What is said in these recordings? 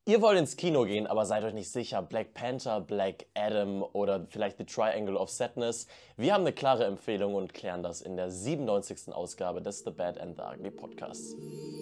Ihr wollt ins Kino gehen, aber seid euch nicht sicher. Black Panther, Black Adam oder vielleicht The Triangle of Sadness. Wir haben eine klare Empfehlung und klären das in der 97. Ausgabe des The Bad and the Ugly Podcasts.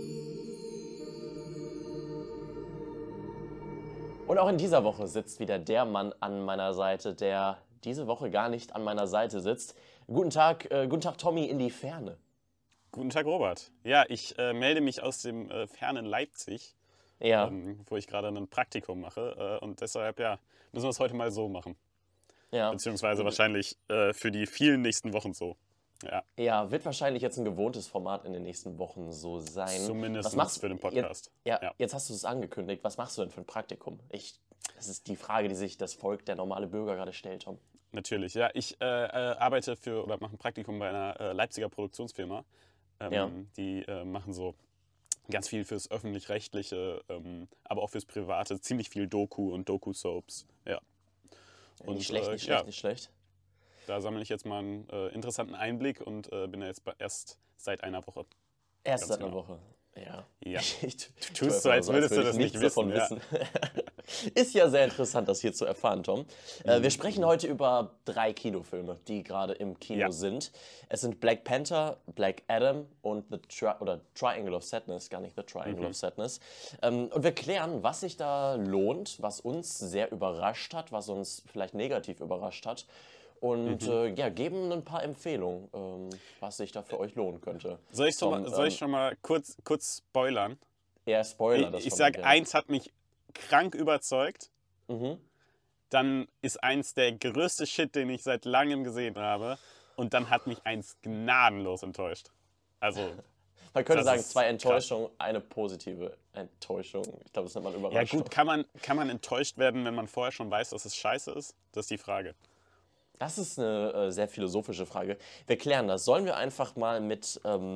Und auch in dieser Woche sitzt wieder der Mann an meiner Seite, der diese Woche gar nicht an meiner Seite sitzt. Guten Tag Tommy in die Ferne. Guten Tag, Robert. Ja, ich melde mich aus dem fernen Leipzig, Ja, wo ich gerade ein Praktikum mache. Und deshalb, ja, müssen wir es heute mal so machen. ja. Beziehungsweise wahrscheinlich für die vielen nächsten Wochen so. Ja, Ja, wird wahrscheinlich jetzt ein gewohntes Format in den nächsten Wochen so sein. Was zumindest machst für den jetzt, Podcast. ja, Ja, jetzt hast du es angekündigt. Was machst du denn für ein Praktikum? Das ist die Frage, die sich das Volk, der normale Bürger gerade stellt, Tom. natürlich. Ja, ich arbeite für oder mache ein Praktikum bei einer Leipziger Produktionsfirma. Ja. Die machen so ganz viel fürs Öffentlich-Rechtliche, aber auch fürs Private. Ziemlich viel Doku und Doku-Soaps. Ja. Und Nicht schlecht, nicht ja, schlecht, nicht schlecht. da sammle ich jetzt mal einen interessanten Einblick und bin ja jetzt erst seit einer Woche. Erst Ganz seit einer genau. Woche. Ja. Ja. Ich Du tue tust so, einfach als würdest du würde ich das nicht nichts davon wissen. Ja. wissen. Ist ja sehr interessant, das hier zu erfahren, Tom. Wir sprechen heute über 3 Kinofilme, die gerade im Kino Ja. sind. Es sind Black Panther, Black Adam und Triangle of Sadness, gar nicht The Triangle of Sadness. Und wir klären, was sich da lohnt, was uns sehr überrascht hat, was uns vielleicht negativ überrascht hat. Und ja, geben ein paar Empfehlungen, was sich da für euch lohnen könnte. Tom, Soll ich schon mal kurz spoilern? eher Spoiler, das Ich schon mal sag, gerne. eins hat mich krank überzeugt. Mhm. Dann ist eins der größte Shit, den ich seit langem gesehen habe. Und dann hat mich eins gnadenlos enttäuscht. Also, Man könnte das sagen, ist 2 krass. Enttäuschungen, eine positive Enttäuschung. Ich glaube, das nennt man Ja Überraschung. gut, kann man enttäuscht werden, wenn man vorher schon weiß, dass es scheiße ist? Das ist die Frage. Das ist eine sehr philosophische Frage. Wir klären das. Sollen wir einfach mal mit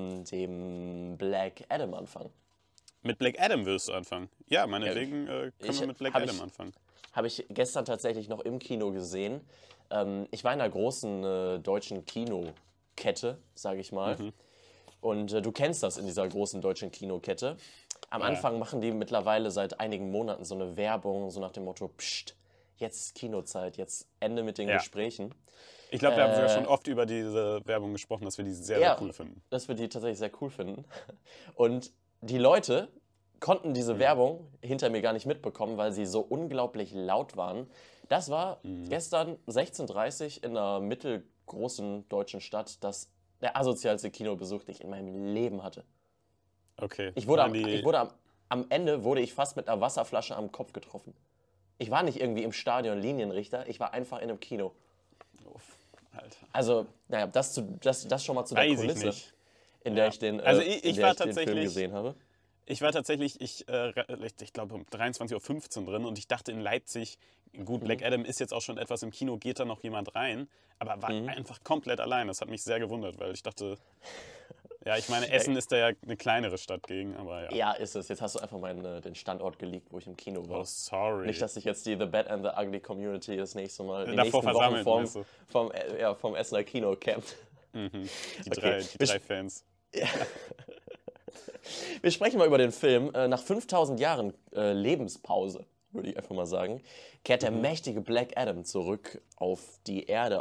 dem Black Adam anfangen? Mit Black Adam würdest du anfangen. Ja, meinetwegen können Ich, wir mit Black hab Adam ich, anfangen. Habe ich gestern tatsächlich noch im Kino gesehen. Ich war in einer großen deutschen Kinokette, sage ich mal. Mhm. Und du kennst das in dieser großen deutschen Kinokette. Am Ja. Anfang machen die mittlerweile seit einigen Monaten so eine Werbung, so nach dem Motto, Psst, jetzt ist Kinozeit, jetzt Ende mit den Ja. Gesprächen. Ich glaube, wir haben sogar Äh, schon oft über diese Werbung gesprochen, dass wir die sehr, Ja, sehr cool finden. dass wir die tatsächlich sehr cool finden. Und die Leute konnten diese Werbung hinter mir gar nicht mitbekommen, weil sie so unglaublich laut waren. Das war gestern 16:30 Uhr in einer mittelgroßen deutschen Stadt, der asozialste Kinobesuch, den ich in meinem Leben hatte. Okay. Ich wurde, Waren am, ich die, wurde am Ende wurde ich fast mit einer Wasserflasche am Kopf getroffen. Ich war nicht irgendwie im Stadion Linienrichter, ich war einfach in einem Kino. Uff, Alter. Also, naja, das schon mal zu der Weiß ich Kulisse, nicht. in der Ja. ich den, Also in der ich den Film gesehen habe. ich war tatsächlich, ich glaube um 23:15 Uhr drin und ich dachte in Leipzig, gut, Black Adam ist jetzt auch schon etwas im Kino, geht da noch jemand rein? Aber war einfach komplett allein. Das hat mich sehr gewundert, weil ich dachte, ja, ich meine, Essen ist da ja eine kleinere Stadt gegen, aber ja. Ja, ist es. Jetzt hast du einfach den Standort geleakt, wo ich im Kino war. Oh, sorry. Nicht, dass sich jetzt die The Bad and the Ugly Community das nächste Mal, die Davor nächsten Wochen versammeln, meinst du? vom Essener Kino campt. Die Okay. drei Fans. Wir sprechen mal über den Film. Nach 5000 Jahren Lebenspause, würde ich einfach mal sagen, kehrt der mächtige Black Adam zurück auf die Erde,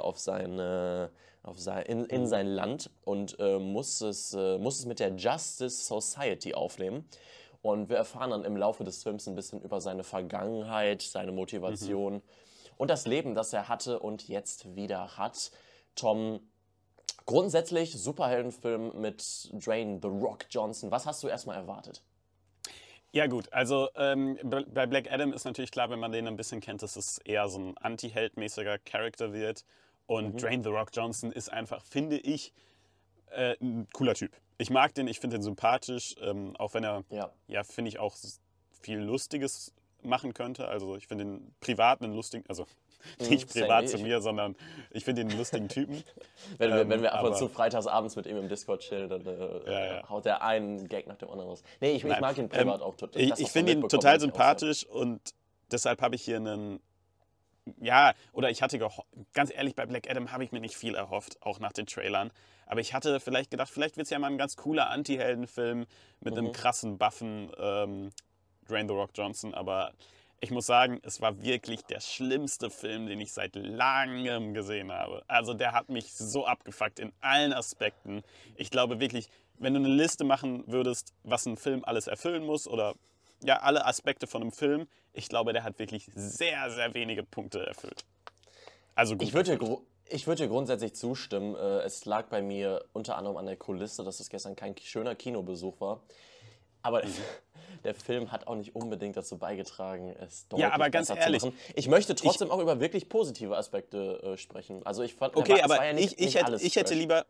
in sein Land und muss es mit der Justice Society aufnehmen. Und wir erfahren dann im Laufe des Films ein bisschen über seine Vergangenheit, seine Motivation und das Leben, das er hatte und jetzt wieder hat. Tom, grundsätzlich Superheldenfilm mit Dwayne The Rock Johnson. Was hast du erstmal erwartet? Ja gut, also bei Black Adam ist natürlich klar, wenn man den ein bisschen kennt, dass es eher so ein Anti-Held-mäßiger Charakter wird. Und Dwayne The Rock Johnson ist einfach, finde ich, ein cooler Typ. Ich mag den, ich finde den sympathisch, auch wenn er, Ja. ja, finde ich, auch viel Lustiges machen könnte. Also ich finde den privat einen lustigen, also nicht same. privat zu mir, sondern ich finde ihn einen lustigen Typen. Wenn wir ab und aber- zu freitags abends mit ihm im Discord chillen, dann Ja. haut er einen Gag nach dem anderen raus. Nee, ich Nein, mag ihn privat auch total. Ich finde ihn total sympathisch und deshalb habe ich hier einen. Ja, oder ich hatte ganz ehrlich, bei Black Adam habe ich mir nicht viel erhofft, auch nach den Trailern. Aber ich hatte vielleicht gedacht, vielleicht wird es ja mal ein ganz cooler Anti-Heldenfilm mit einem krassen, buffen Dwayne The Rock Johnson, aber ich muss sagen, es war wirklich der schlimmste Film, den ich seit langem gesehen habe. Also der hat mich so abgefuckt in allen Aspekten. Ich glaube wirklich, wenn du eine Liste machen würdest, was ein Film alles erfüllen muss oder ja, alle Aspekte von einem Film, ich glaube, der hat wirklich sehr, sehr wenige Punkte erfüllt. Also gut. Ich würde dir grundsätzlich zustimmen. Es lag bei mir unter anderem an der Kulisse, dass es gestern kein schöner Kinobesuch war. Aber der Film hat auch nicht unbedingt dazu beigetragen, es deutlich aber ganz besser ehrlich, zu machen. Ich möchte trotzdem auch über wirklich positive Aspekte sprechen. Also ich fand, okay, es aber war ja nicht alles ich hätte Trash. lieber,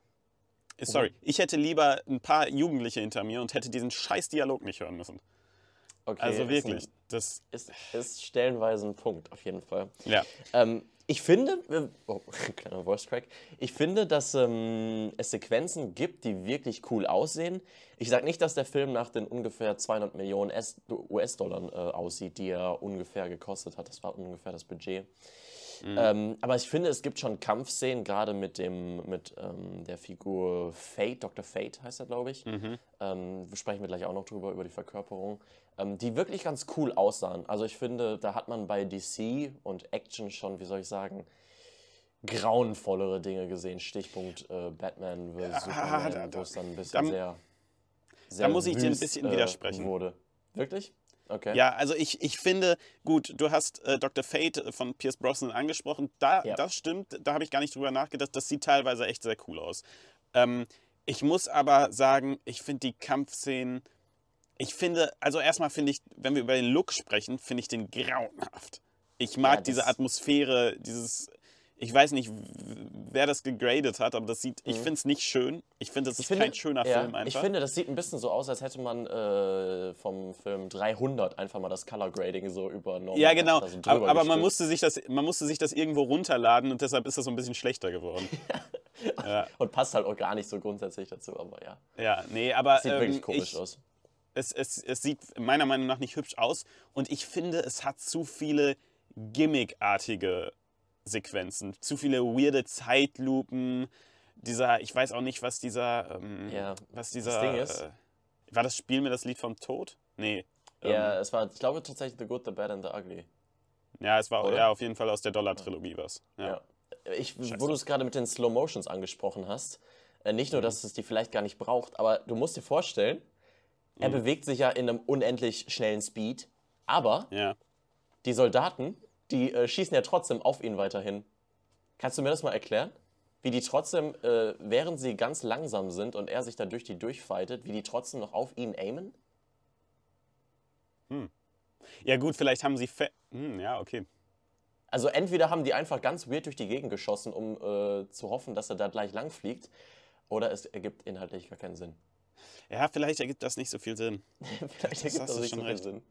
ich hätte lieber ein paar Jugendliche hinter mir und hätte diesen scheiß Dialog nicht hören müssen. Okay, Also wirklich, ist stellenweise ein Punkt, auf jeden Fall. Ja. Ich finde, kleiner Voice Crack, ich finde, dass es Sequenzen gibt, die wirklich cool aussehen. Ich sage nicht, dass der Film nach den ungefähr 200 Millionen US-Dollar aussieht, die er ungefähr gekostet hat. Das war ungefähr das Budget. Aber ich finde, es gibt schon Kampfszenen, gerade mit der Figur Fate, Dr. Fate heißt er, glaube ich. Wir sprechen gleich auch noch drüber, über die Verkörperung, die wirklich ganz cool aussahen. Also ich finde, da hat man bei DC und Action schon, wie soll ich sagen, grauenvollere Dinge gesehen. Stichpunkt Batman vs. Superman, wo es dann ein bisschen sehr da muss ich dir ein bisschen widersprechen. Wurde. Wirklich? Okay. Ja, also ich finde, gut, du hast Dr. Fate von Pierce Brosnan angesprochen. Das stimmt, da habe ich gar nicht drüber nachgedacht. Das sieht teilweise echt sehr cool aus. Ich muss aber sagen, ich finde die Kampfszenen, also erstmal finde ich, wenn wir über den Look sprechen, finde ich den grauenhaft. Ich mag diese Atmosphäre, ich weiß nicht, wer das gegradet hat, aber ich finde es nicht schön. Ich finde, das ist kein schöner Film einfach. Ich finde, das sieht ein bisschen so aus, als hätte man vom Film 300 einfach mal das Color Grading so übernommen. Ja, genau. Aber man musste sich das irgendwo runterladen und deshalb ist das so ein bisschen schlechter geworden. Ja. Und passt halt auch gar nicht so grundsätzlich dazu, aber ja. Ja, nee, aber sieht wirklich komisch aus. Es sieht meiner Meinung nach nicht hübsch aus und ich finde, es hat zu viele gimmick-artige Sequenzen, zu viele weirde Zeitlupen, ich weiß auch nicht, was das Ding ist. War das Spiel mir das Lied vom Tod? Nee. Ja, es war, ich glaube tatsächlich The Good, The Bad and The Ugly. Ja, es war ja auf jeden Fall aus der Dollar-Trilogie was. Ja. Wo du es gerade mit den Slow Motions angesprochen hast, nicht nur, dass es die vielleicht gar nicht braucht, aber du musst dir vorstellen, er bewegt sich ja in einem unendlich schnellen Speed, aber die Soldaten, die schießen ja trotzdem auf ihn weiterhin. Kannst du mir das mal erklären? Wie die trotzdem, während sie ganz langsam sind und er sich da durch die durchfightet, wie die trotzdem noch auf ihn aimen? Ja gut, vielleicht haben sie... ja, okay. Also entweder haben die einfach ganz weird durch die Gegend geschossen, um zu hoffen, dass er da gleich lang fliegt, oder es ergibt inhaltlich gar keinen Sinn. Ja, vielleicht ergibt das nicht so viel Sinn. Vielleicht ergibt das nicht so viel Sinn.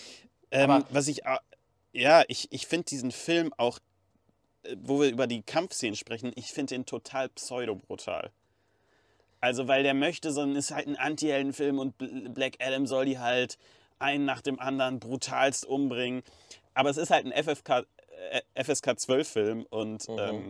Ich finde diesen Film auch, wo wir über die Kampfszenen sprechen, ich finde den total pseudo-brutal. Also, weil der möchte, ist halt ein Anti-Helden-Film und Black Adam soll die halt einen nach dem anderen brutalst umbringen. Aber es ist halt ein FSK-12-Film und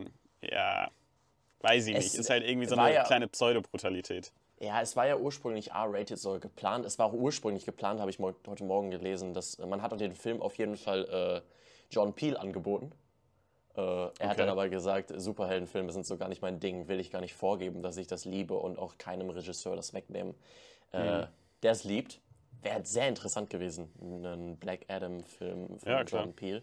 weiß ich nicht, ist halt irgendwie so eine kleine Pseudo-Brutalität. Ja, es war ja ursprünglich R-rated so geplant. Es war auch ursprünglich geplant, habe ich heute Morgen gelesen, dass man hat den Film auf jeden Fall John Peel angeboten. Er hat dann aber gesagt, Superheldenfilme sind so gar nicht mein Ding, will ich gar nicht vorgeben, dass ich das liebe und auch keinem Regisseur das wegnehmen, der es liebt. Wäre sehr interessant gewesen, ein Black Adam-Film von John Peel.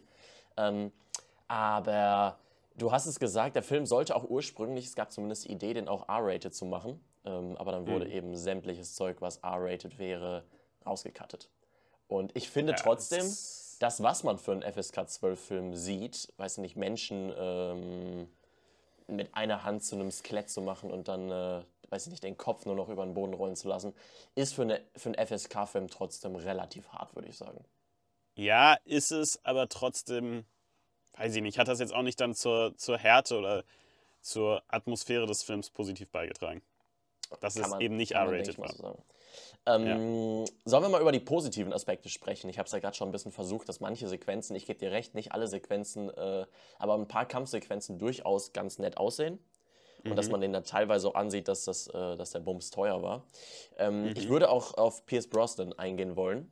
Aber du hast es gesagt, der Film sollte auch ursprünglich, es gab zumindest die Idee, den auch R-rated zu machen. Aber dann wurde eben sämtliches Zeug, was R-rated wäre, rausgecuttet. Und ich finde trotzdem, das, was man für einen FSK-12-Film sieht, weiß nicht, Menschen mit einer Hand zu einem Skelett zu machen und dann, weiß ich nicht, den Kopf nur noch über den Boden rollen zu lassen, ist für einen FSK-Film trotzdem relativ hart, würde ich sagen. Ja, ist es, aber trotzdem, weiß ich nicht, hat das jetzt auch nicht dann zur Härte oder zur Atmosphäre des Films positiv beigetragen. Dass es eben nicht R-rated war. So sollen wir mal über die positiven Aspekte sprechen? Ich habe es ja gerade schon ein bisschen versucht, dass manche Sequenzen, ich gebe dir recht, nicht alle Sequenzen, aber ein paar Kampfsequenzen durchaus ganz nett aussehen. Und dass man denen dann teilweise auch ansieht, dass der Bums teuer war. Ich würde auch auf Pierce Brosnan eingehen wollen.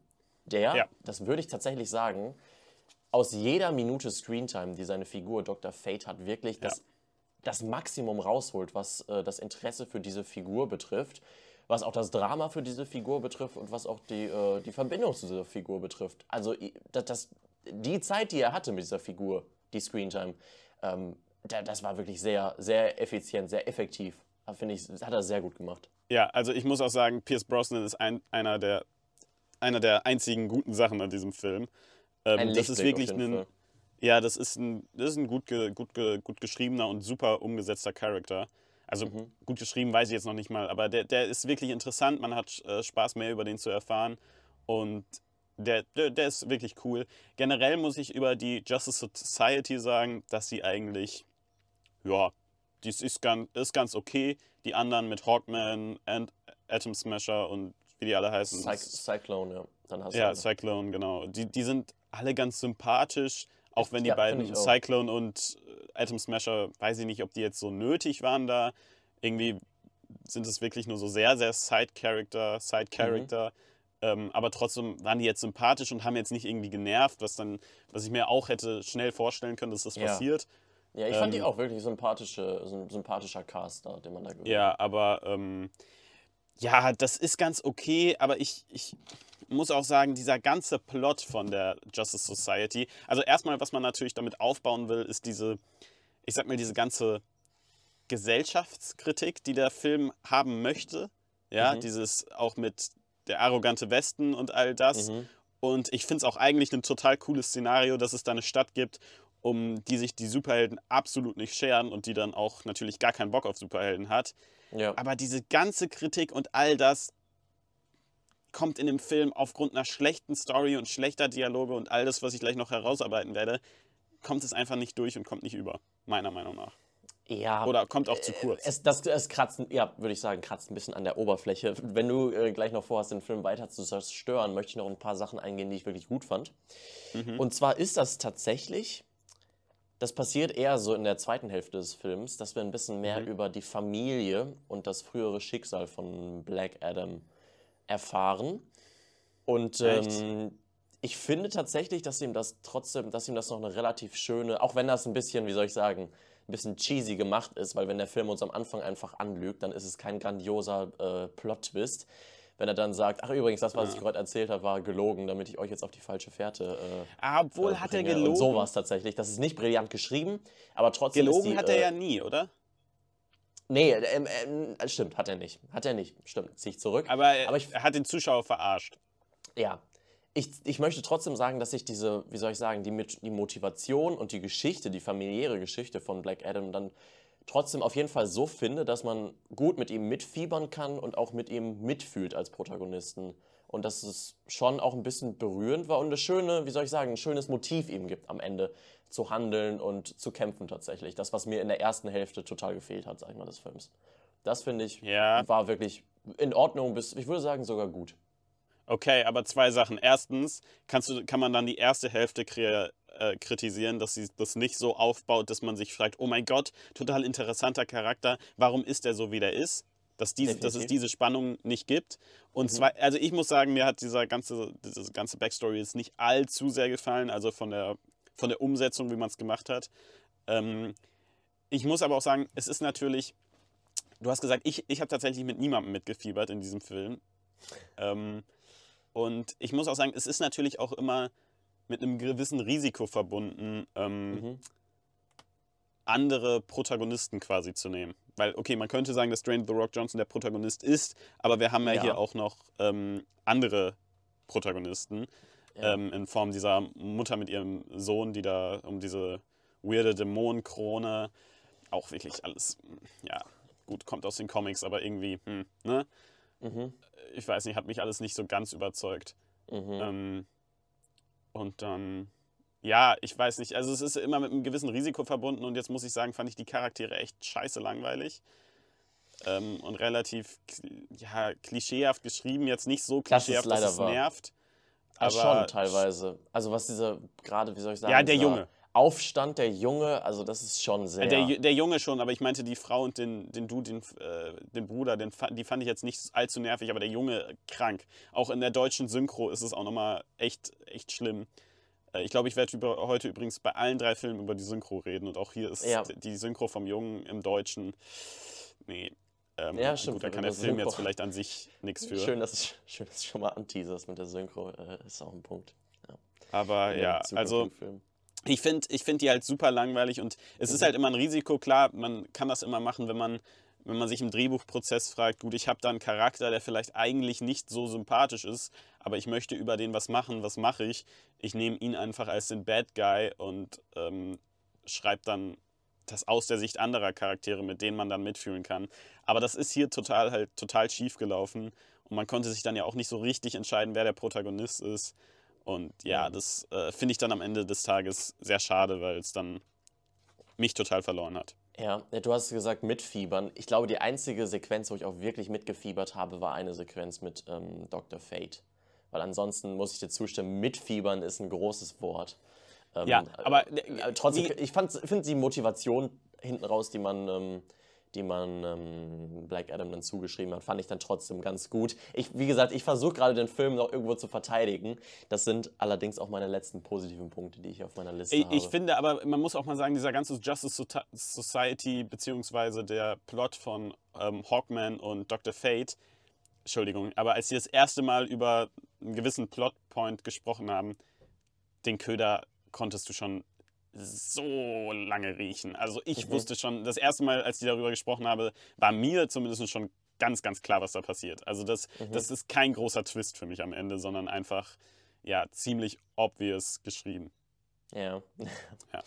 Ja. das würde ich tatsächlich sagen, aus jeder Minute Screentime, die seine Figur Dr. Fate hat, wirklich das Maximum rausholt, was das Interesse für diese Figur betrifft, was auch das Drama für diese Figur betrifft und was auch die Verbindung zu dieser Figur betrifft. Also die Zeit, die er hatte mit dieser Figur, die Screentime, das war wirklich sehr, sehr effizient, sehr effektiv. Finde ich, hat er sehr gut gemacht. Ja, also ich muss auch sagen, Pierce Brosnan ist einer der einzigen guten Sachen an diesem Film. Ein Das ist Lichtblick auf wirklich jeden Fall. ja, das ist ein gut geschriebener und super umgesetzter Charakter. Also gut geschrieben weiß ich jetzt noch nicht mal, aber der ist wirklich interessant. Man hat Spaß, mehr über den zu erfahren. Und der ist wirklich cool. Generell muss ich über die Justice Society sagen, dass sie eigentlich, ja, die ist ganz okay. Die anderen mit Hawkman und Atom Smasher und wie die alle heißen. Cyclone, ja. Dann hast du Ja, alle. Cyclone, genau. Die sind alle ganz sympathisch, auch wenn die Ja, finde beiden ich auch. Cyclone und Atom Smasher, weiß ich nicht, ob die jetzt so nötig waren da. Irgendwie sind es wirklich nur so sehr, sehr Side-Character. Aber trotzdem waren die jetzt sympathisch und haben jetzt nicht irgendwie genervt, was ich mir auch hätte schnell vorstellen können, dass das Ja. passiert. Ja, ich fand die auch wirklich so ein sympathischer Cast da, den man da gehört hat. Ja, aber ja, das ist ganz okay, aber ich muss auch sagen, dieser ganze Plot von der Justice Society, also erstmal, was man natürlich damit aufbauen will, ist diese ganze Gesellschaftskritik, die der Film haben möchte. Ja, dieses auch mit der arrogante Westen und all das. Und ich finde es auch eigentlich ein total cooles Szenario, dass es da eine Stadt gibt, um die sich die Superhelden absolut nicht scheren und die dann auch natürlich gar keinen Bock auf Superhelden hat. Ja. Aber diese ganze Kritik und all das kommt in dem Film aufgrund einer schlechten Story und schlechter Dialoge und all das, was ich gleich noch herausarbeiten werde, kommt es einfach nicht durch und kommt nicht über, meiner Meinung nach. Ja, Oder kommt auch zu kurz. es kratzt, ja, würde ich sagen, kratzt ein bisschen an der Oberfläche. Wenn du gleich noch vorhast, den Film weiter zu zerstören, möchte ich noch ein paar Sachen eingehen, die ich wirklich gut fand. Und zwar ist das tatsächlich, das passiert eher so in der zweiten Hälfte des Films, dass wir ein bisschen mehr über die Familie und das frühere Schicksal von Black Adam erfahren. Und ich finde tatsächlich, dass ihm das noch eine relativ schöne, auch wenn das ein bisschen, wie soll ich sagen, ein bisschen cheesy gemacht ist, weil wenn der Film uns am Anfang einfach anlügt, dann ist es kein grandioser Plot-Twist. Wenn er dann sagt, ach übrigens, das, was ich gerade erzählt habe, war gelogen, damit ich euch jetzt auf die falsche Fährte Obwohl hat er bringe. gelogen. Und sowas tatsächlich. Das ist nicht brillant geschrieben, aber trotzdem Gelogen ist hat er ja nie, oder? Nee, stimmt, hat er nicht. Hat er nicht, stimmt, zieh ich zurück. Aber ich, er hat den Zuschauer verarscht. ja, ich möchte trotzdem sagen, dass ich diese, wie soll ich sagen, die Motivation und die Geschichte, die familiäre Geschichte von Black Adam dann trotzdem auf jeden Fall so finde, dass man gut mit ihm mitfiebern kann und auch mit ihm mitfühlt als Protagonisten. Und dass es schon auch ein bisschen berührend war und eine schöne, wie soll ich sagen, ein schönes Motiv ihm gibt am Ende zu handeln und zu kämpfen tatsächlich. Das, was mir in der ersten Hälfte total gefehlt hat, sag ich mal, des Films. Das finde ich, war wirklich in Ordnung bis, ich würde sagen, sogar gut. Okay, aber zwei Sachen. Erstens, kann man dann die erste Hälfte kritisieren, dass sie das nicht so aufbaut, dass man sich fragt, oh mein Gott, total interessanter Charakter, warum ist er so, wie der ist? Dass es diese Spannung nicht gibt. Und also ich muss sagen, mir hat diese ganze Backstory jetzt nicht allzu sehr gefallen, also von der Umsetzung, wie man es gemacht hat. Ich muss aber auch sagen, es ist natürlich, du hast gesagt, ich habe tatsächlich mit niemandem mitgefiebert in diesem Film. Und ich muss auch sagen, es ist natürlich auch immer mit einem gewissen Risiko verbunden, andere Protagonisten quasi zu nehmen. Weil, okay, man könnte sagen, dass Dwayne The Rock Johnson der Protagonist ist, aber wir haben ja hier auch noch andere Protagonisten in Form dieser Mutter mit ihrem Sohn, die da um diese weirde Dämonenkrone, auch wirklich alles, ja, gut, kommt aus den Comics, aber irgendwie, ne? Ich weiß nicht, hat mich alles nicht so ganz überzeugt. Und dann, ja, ich weiß nicht, also es ist immer mit einem gewissen Risiko verbunden und jetzt muss ich sagen, fand ich die Charaktere echt scheiße langweilig. Und relativ, ja, klischeehaft geschrieben, jetzt nicht so klischeehaft, dass es nervt. Aber schon teilweise. Also was dieser, gerade, wie soll ich sagen, ja, der Junge. Aufstand, der Junge, also das ist schon sehr... Der Junge schon, aber ich meinte die Frau und den Dude, den Bruder, die fand ich jetzt nicht allzu nervig, aber der Junge krank. Auch in der deutschen Synchro ist es auch nochmal echt schlimm. Ich glaube, ich werde heute übrigens bei allen 3 Filmen über die Synchro reden und auch hier ist die Synchro vom Jungen im Deutschen, nee. Ja, stimmt. Gut, da kann der Film jetzt vielleicht an sich nichts für. Schön, dass du schon mal anteaserst mit der Synchro, ist auch ein Punkt. Ja. Aber ja, also ich find die halt super langweilig und es ist halt immer ein Risiko, klar, man kann das immer machen, wenn man sich im Drehbuchprozess fragt, gut, ich habe da einen Charakter, der vielleicht eigentlich nicht so sympathisch ist, aber ich möchte über den was machen, was mache ich? Ich nehme ihn einfach als den Bad Guy und schreibe dann das aus der Sicht anderer Charaktere, mit denen man dann mitfühlen kann. Aber das ist hier total schief gelaufen und man konnte sich dann ja auch nicht so richtig entscheiden, wer der Protagonist ist. Und ja, das finde ich dann am Ende des Tages sehr schade, weil es dann mich total verloren hat. Ja, du hast gesagt mitfiebern. Ich glaube, die einzige Sequenz, wo ich auch wirklich mitgefiebert habe, war eine Sequenz mit Dr. Fate. Weil ansonsten muss ich dir zustimmen, mitfiebern ist ein großes Wort. Ja, aber trotzdem, ich finde die Motivation hinten raus, die man Black Adam dann zugeschrieben hat, fand ich dann trotzdem ganz gut. Wie gesagt, ich versuche gerade den Film noch irgendwo zu verteidigen. Das sind allerdings auch meine letzten positiven Punkte, die ich auf meiner Liste habe. Ich finde aber, man muss auch mal sagen, dieser ganze Justice Society beziehungsweise der Plot von Hawkman und Dr. Fate, Entschuldigung, aber als sie das erste Mal über einen gewissen Plotpoint gesprochen haben, den Köder konntest du schon so lange riechen. Also ich wusste schon, das erste Mal, als ich darüber gesprochen habe, war mir zumindest schon ganz klar, was da passiert. Also das ist kein großer Twist für mich am Ende, sondern einfach, ja, ziemlich obvious geschrieben. Ja. Ja.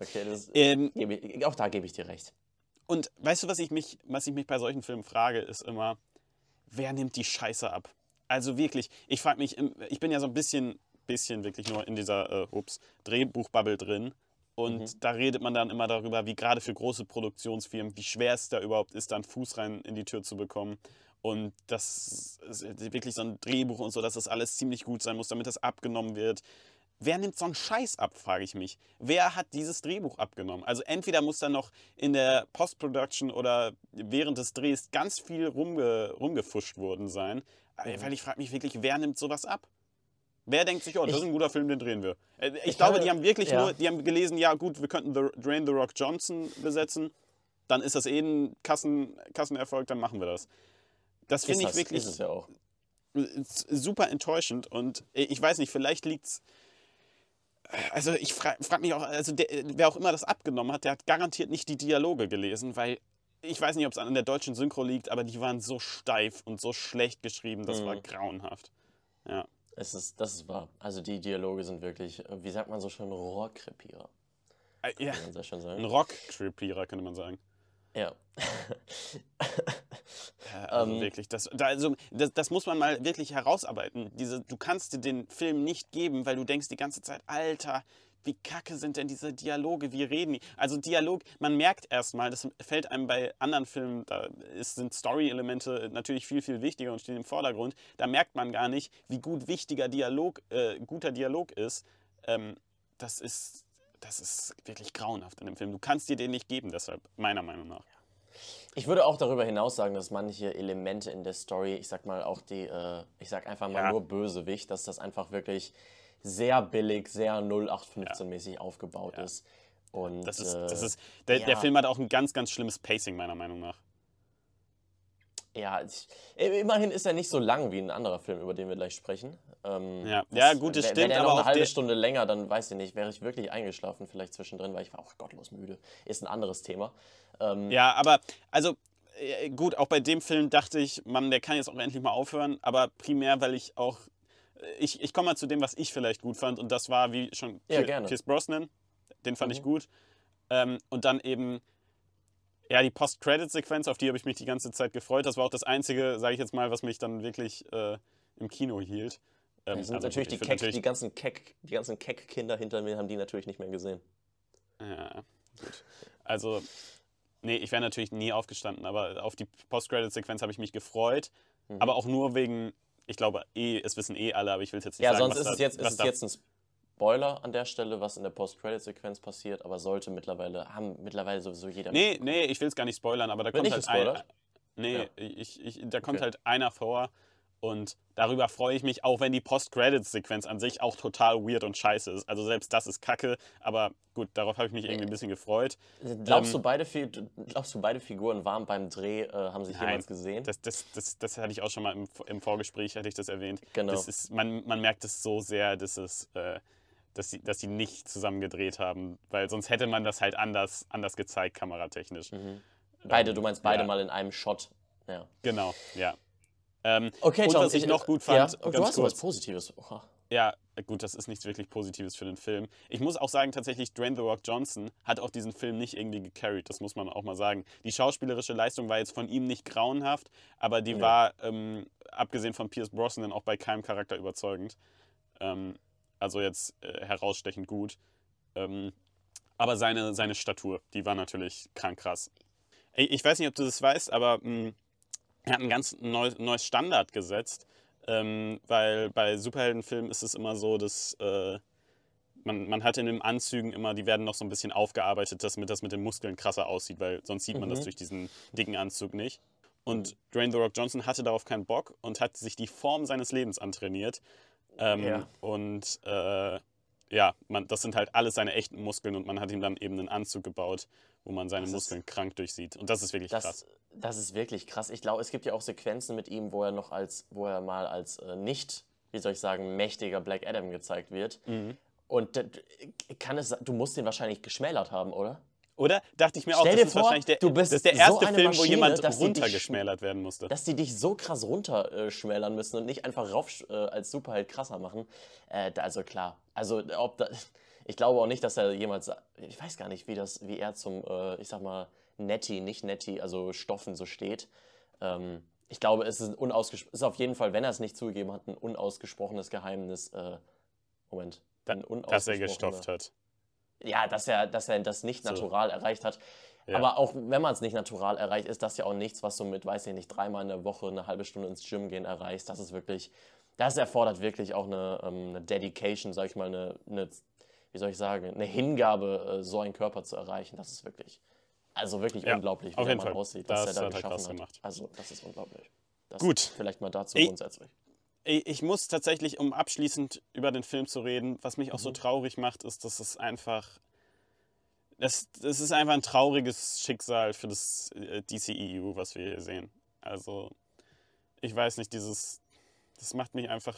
Okay, auch da gebe ich dir recht. Und weißt du, was ich mich bei solchen Filmen frage, ist immer, wer nimmt die Scheiße ab? Also wirklich, ich frage mich, ich bin ja so ein bisschen wirklich nur in dieser Drehbuchbubble drin. Und da redet man dann immer darüber, wie gerade für große Produktionsfirmen, wie schwer es da überhaupt ist, da einen Fuß rein in die Tür zu bekommen. Und das ist wirklich so ein Drehbuch und so, dass das alles ziemlich gut sein muss, damit das abgenommen wird. Wer nimmt so einen Scheiß ab, frage ich mich. Wer hat dieses Drehbuch abgenommen? Also entweder muss da noch in der Post-Production oder während des Drehs ganz viel rumgefuscht worden sein. Weil ich frage mich wirklich, wer nimmt sowas ab? Wer denkt sich, oh, das ist ein guter Film, den drehen wir? Ich glaube, die haben wirklich die haben gelesen, ja gut, wir könnten Dwayne The Rock Johnson besetzen, dann ist das eh ein Kassenerfolg, dann machen wir das. Das finde ich wirklich ist es ja auch. Super enttäuschend und ich weiß nicht, vielleicht liegt's. Also ich frag mich auch, also wer auch immer das abgenommen hat, der hat garantiert nicht die Dialoge gelesen, weil ich weiß nicht, ob es an der deutschen Synchro liegt, aber die waren so steif und so schlecht geschrieben, das war grauenhaft. Ja. Das ist wahr. Also die Dialoge sind wirklich, wie sagt man so schön, Rohrkrepierer. Ja, kann man sehr schön sagen. ein Rockkrepierer könnte man sagen. Ja. Also wirklich, das muss man mal wirklich herausarbeiten. Du kannst dir den Film nicht geben, weil du denkst die ganze Zeit, Alter, wie kacke sind denn diese Dialoge, wie reden die? Also Dialog, man merkt erstmal, das fällt einem bei anderen Filmen, sind Story-Elemente natürlich viel wichtiger und stehen im Vordergrund. Da merkt man gar nicht, wie guter Dialog ist. Das ist wirklich grauenhaft in dem Film. Du kannst dir den nicht geben, deshalb, meiner Meinung nach. Ich würde auch darüber hinaus sagen, dass manche Elemente in der Story, ich sag mal auch ich sag einfach mal nur Bösewicht, dass das einfach wirklich sehr billig, sehr 0815-mäßig aufgebaut ist. Und der Film hat auch ein ganz schlimmes Pacing, meiner Meinung nach. Ja, immerhin ist er nicht so lang wie ein anderer Film, über den wir gleich sprechen. Gut, das stimmt. Wenn er noch eine halbe Stunde länger, dann weiß ich nicht, wäre ich wirklich eingeschlafen vielleicht zwischendrin, weil ich war auch gottlos müde. Ist ein anderes Thema. Ja, aber also gut, auch bei dem Film dachte ich, Mann, der kann jetzt auch endlich mal aufhören, aber primär, weil ich auch ich komme mal zu dem, was ich vielleicht gut fand und das war, wie schon Pierce Brosnan, den fand ich gut. Und dann eben die Post-Credit-Sequenz, auf die habe ich mich die ganze Zeit gefreut. Das war auch das Einzige, sage ich jetzt mal, was mich dann wirklich im Kino hielt. Das sind natürlich die ganzen Keck-Kinder hinter mir, haben die natürlich nicht mehr gesehen. Ja, gut. Also, nee, ich wäre natürlich nie aufgestanden, aber auf die Post-Credit-Sequenz habe ich mich gefreut. Aber auch nur wegen, ich glaube, es wissen alle, aber ich will es jetzt nicht sagen. Ja, sonst ist es jetzt ein Spoiler an der Stelle, was in der Post-Credit-Sequenz passiert, aber haben mittlerweile sowieso jeder Nee, mitbekommen. ich will es gar nicht spoilern, aber da Wird kommt nicht halt gespoilert? Ja, da kommt okay. halt einer vor und darüber freue ich mich, auch wenn die Post-Credits-Sequenz an sich auch total weird und scheiße ist. Also selbst das ist Kacke, aber gut, darauf habe ich mich irgendwie ein bisschen gefreut. Glaubst Ähm, du, beide Figuren waren beim Dreh, haben sich nein, jemals gesehen? das hatte ich auch schon mal im Vorgespräch, hatte ich das erwähnt. Genau. Man merkt es so sehr, dass sie nicht zusammen gedreht haben, weil sonst hätte man das halt anders gezeigt, kameratechnisch. Du meinst beide Ja, mal in einem Shot. Ja. genau, ja. Okay, Und John, was ich noch gut ja, fand, du ganz hast noch was kurz, Positives. Oha. ja, gut, das ist nichts wirklich Positives für den Film. Ich muss auch sagen, tatsächlich, Dwayne The Rock Johnson hat auch diesen Film nicht irgendwie gecarried, das muss man auch mal sagen. Die schauspielerische Leistung war jetzt von ihm nicht grauenhaft, aber die Nee. war, abgesehen von Pierce Brosnan, auch bei keinem Charakter überzeugend. Ähm, also jetzt herausstechend gut. Ähm, aber seine Statur, die war natürlich krank krass. Ich weiß nicht, ob du das weißt, aber er hat ein ganz neues Standard gesetzt, weil bei Superheldenfilmen ist es immer so, dass man hat in den Anzügen immer, die werden noch so ein bisschen aufgearbeitet, damit das mit den Muskeln krasser aussieht, weil sonst sieht man das Mhm. durch diesen dicken Anzug nicht. Mhm. Und Dwayne The Rock Johnson hatte darauf keinen Bock und hat sich die Form seines Lebens antrainiert. Ja. Und ja, das sind halt alles seine echten Muskeln und man hat ihm dann eben einen Anzug gebaut, wo man seine Das ist, Muskeln krank durchsieht. Und das ist wirklich krass. das ist wirklich krass. Ich glaube, es gibt ja auch Sequenzen mit ihm, wo er mal als nicht, wie soll ich sagen, mächtiger Black Adam gezeigt wird. Und du musst den wahrscheinlich geschmälert haben, oder? Oder? Dachte ich mir auch, Stell das dir ist vor, wahrscheinlich du das ist bist der so erste eine Film, wo Maschine, jemand runtergeschmälert werden musste. dass die dich so krass runterschmälern müssen und nicht einfach rauf als Superheld krasser machen. Also klar, ich glaube auch nicht, dass er jemals, ich weiß gar nicht, wie er zum, ich sag mal, nicht Netty, also Stoffen so steht. Ich glaube, es ist auf jeden Fall, wenn er es nicht zugegeben hat, ein unausgesprochenes Geheimnis. Moment, ein Dass er unausgesprochener. gestofft hat. Ja, dass er das nicht So, natural erreicht hat. ja. Aber auch wenn man es nicht natural erreicht, ist das ja auch nichts, was du mit, weiß ich nicht, dreimal in der Woche eine halbe Stunde ins Gym gehen erreichst. Das erfordert wirklich auch eine Dedication, sag ich mal, wie soll ich sagen, eine Hingabe, so einen Körper zu erreichen. Das ist wirklich Ja, unglaublich, wie auf der jeden Mann Fall. aussieht, was er Das da hat er krass geschaffen hat. gemacht. Also, das ist unglaublich. Das Gut. vielleicht mal dazu Ich, grundsätzlich. ich muss tatsächlich, um abschließend über den Film zu reden, was mich auch so traurig macht, ist, dass es einfach. Das ist einfach ein trauriges Schicksal für das DCEU, was wir hier sehen. Also, ich weiß nicht, das macht mich einfach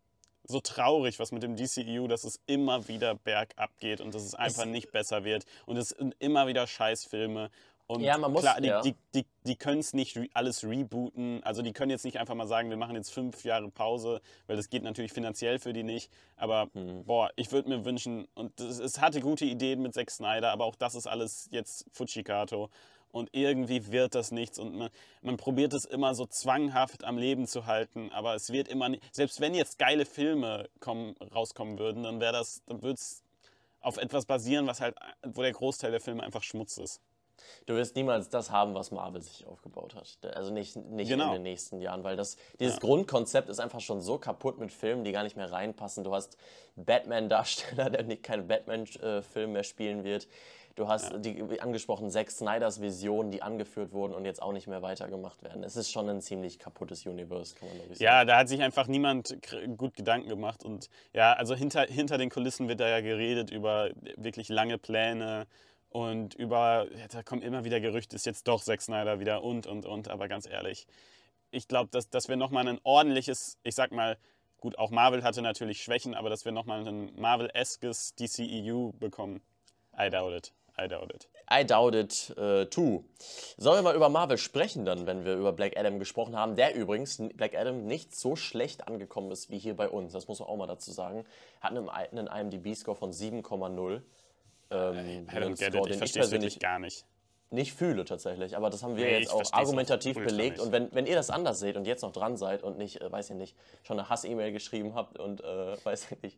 so traurig, was mit dem DCEU, dass es immer wieder bergab geht und dass es einfach Es, nicht besser wird. Und es sind immer wieder Scheißfilme. ja, Und man muss, klar, ja. die können es nicht alles rebooten. Also die können jetzt nicht einfach mal sagen, wir machen jetzt 5 Jahre Pause, weil das geht natürlich finanziell für die nicht. Aber boah, ich würde mir wünschen, und es hatte gute Ideen mit Zack Snyder, aber auch das ist alles jetzt Fujikato. Und irgendwie wird das nichts und man probiert es immer so zwanghaft am Leben zu halten, aber es wird immer nicht, selbst wenn jetzt geile Filme rauskommen würden, dann würde es auf etwas basieren, wo der Großteil der Filme einfach Schmutz ist. Du wirst niemals das haben, was Marvel sich aufgebaut hat. Also nicht in Genau. den nächsten Jahren, weil dieses Ja. Grundkonzept ist einfach schon so kaputt mit Filmen, die gar nicht mehr reinpassen. Du hast Batman-Darsteller, der nicht keinen Batman-Film mehr spielen wird. Du hast die angesprochen Zack Snyders Visionen, die angeführt wurden und jetzt auch nicht mehr weitergemacht werden. Es ist schon ein ziemlich kaputtes Universe, kann man glaube ich sagen. Ja, da hat sich einfach niemand gut Gedanken gemacht. Und ja, also hinter den Kulissen wird da ja geredet über wirklich lange Pläne und ja, da kommen immer wieder Gerüchte, ist jetzt doch Zack Snyder wieder und. Aber ganz ehrlich, ich glaube, dass wir nochmal ein ordentliches, ich sag mal, gut, auch Marvel hatte natürlich Schwächen, aber dass wir nochmal ein Marvel-eskes DCEU bekommen. I doubt it. I doubt it. I doubt it too. Sollen wir mal über Marvel sprechen dann, wenn wir über Black Adam gesprochen haben, der übrigens, Black Adam, nicht so schlecht angekommen ist wie hier bei uns. Das muss man auch mal dazu sagen. Hat einen IMDb-Score von 7,0. I don't get Score, it. Ich den verstehe es wirklich gar nicht. nicht fühle tatsächlich, aber das haben wir Nee, jetzt ich auch versteh's auch argumentativ ultra belegt. nicht. Und wenn ihr das anders seht und jetzt noch dran seid und nicht, weiß ich nicht, schon eine Hass-E-Mail geschrieben habt und weiß ich nicht,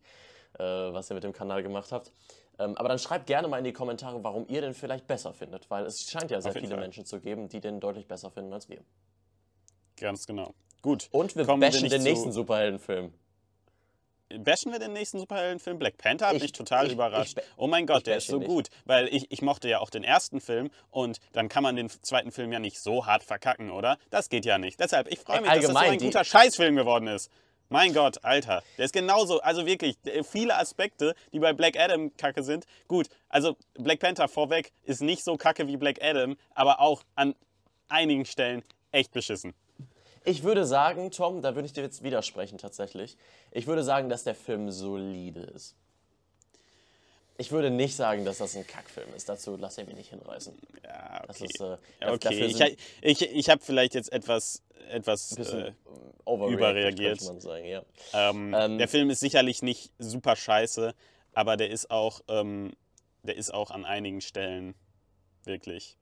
was ihr mit dem Kanal gemacht habt. Aber dann schreibt gerne mal in die Kommentare, warum ihr den vielleicht besser findet, weil es scheint ja sehr Auf jeden viele Fall. Menschen zu geben, die den deutlich besser finden als wir. Ganz genau. Gut. Und wir Kommen wir bashen nicht den zu- nächsten Superheldenfilm. bashen wir den nächsten Superheldenfilm? Black Panther hat mich total ich überrascht. ba- Oh mein Gott, der ist bashe so nicht. gut. Weil ich mochte ja auch den ersten Film und dann kann man den zweiten Film ja nicht so hart verkacken, oder? Das geht ja nicht. Deshalb, ich freue mich, dass das so Allgemein, ein guter Scheißfilm geworden ist. Mein Gott, Alter. Der ist genauso, also wirklich, viele Aspekte, die bei Black Adam kacke sind. Gut, also Black Panther vorweg ist nicht so kacke wie Black Adam, aber auch an einigen Stellen echt beschissen. Ich würde sagen, Tom, da würde ich dir jetzt widersprechen tatsächlich. Ich würde sagen, dass der Film solide ist. Ich würde nicht sagen, dass das ein Kackfilm ist. Dazu lasse ich mich nicht hinreißen. Ja, Das okay. ist, Ja, dafür okay. sind Ich habe vielleicht jetzt etwas ein bisschen überreagiert. könnte man sagen, ja. Der Film ist sicherlich nicht super scheiße, aber der ist auch an einigen Stellen wirklich.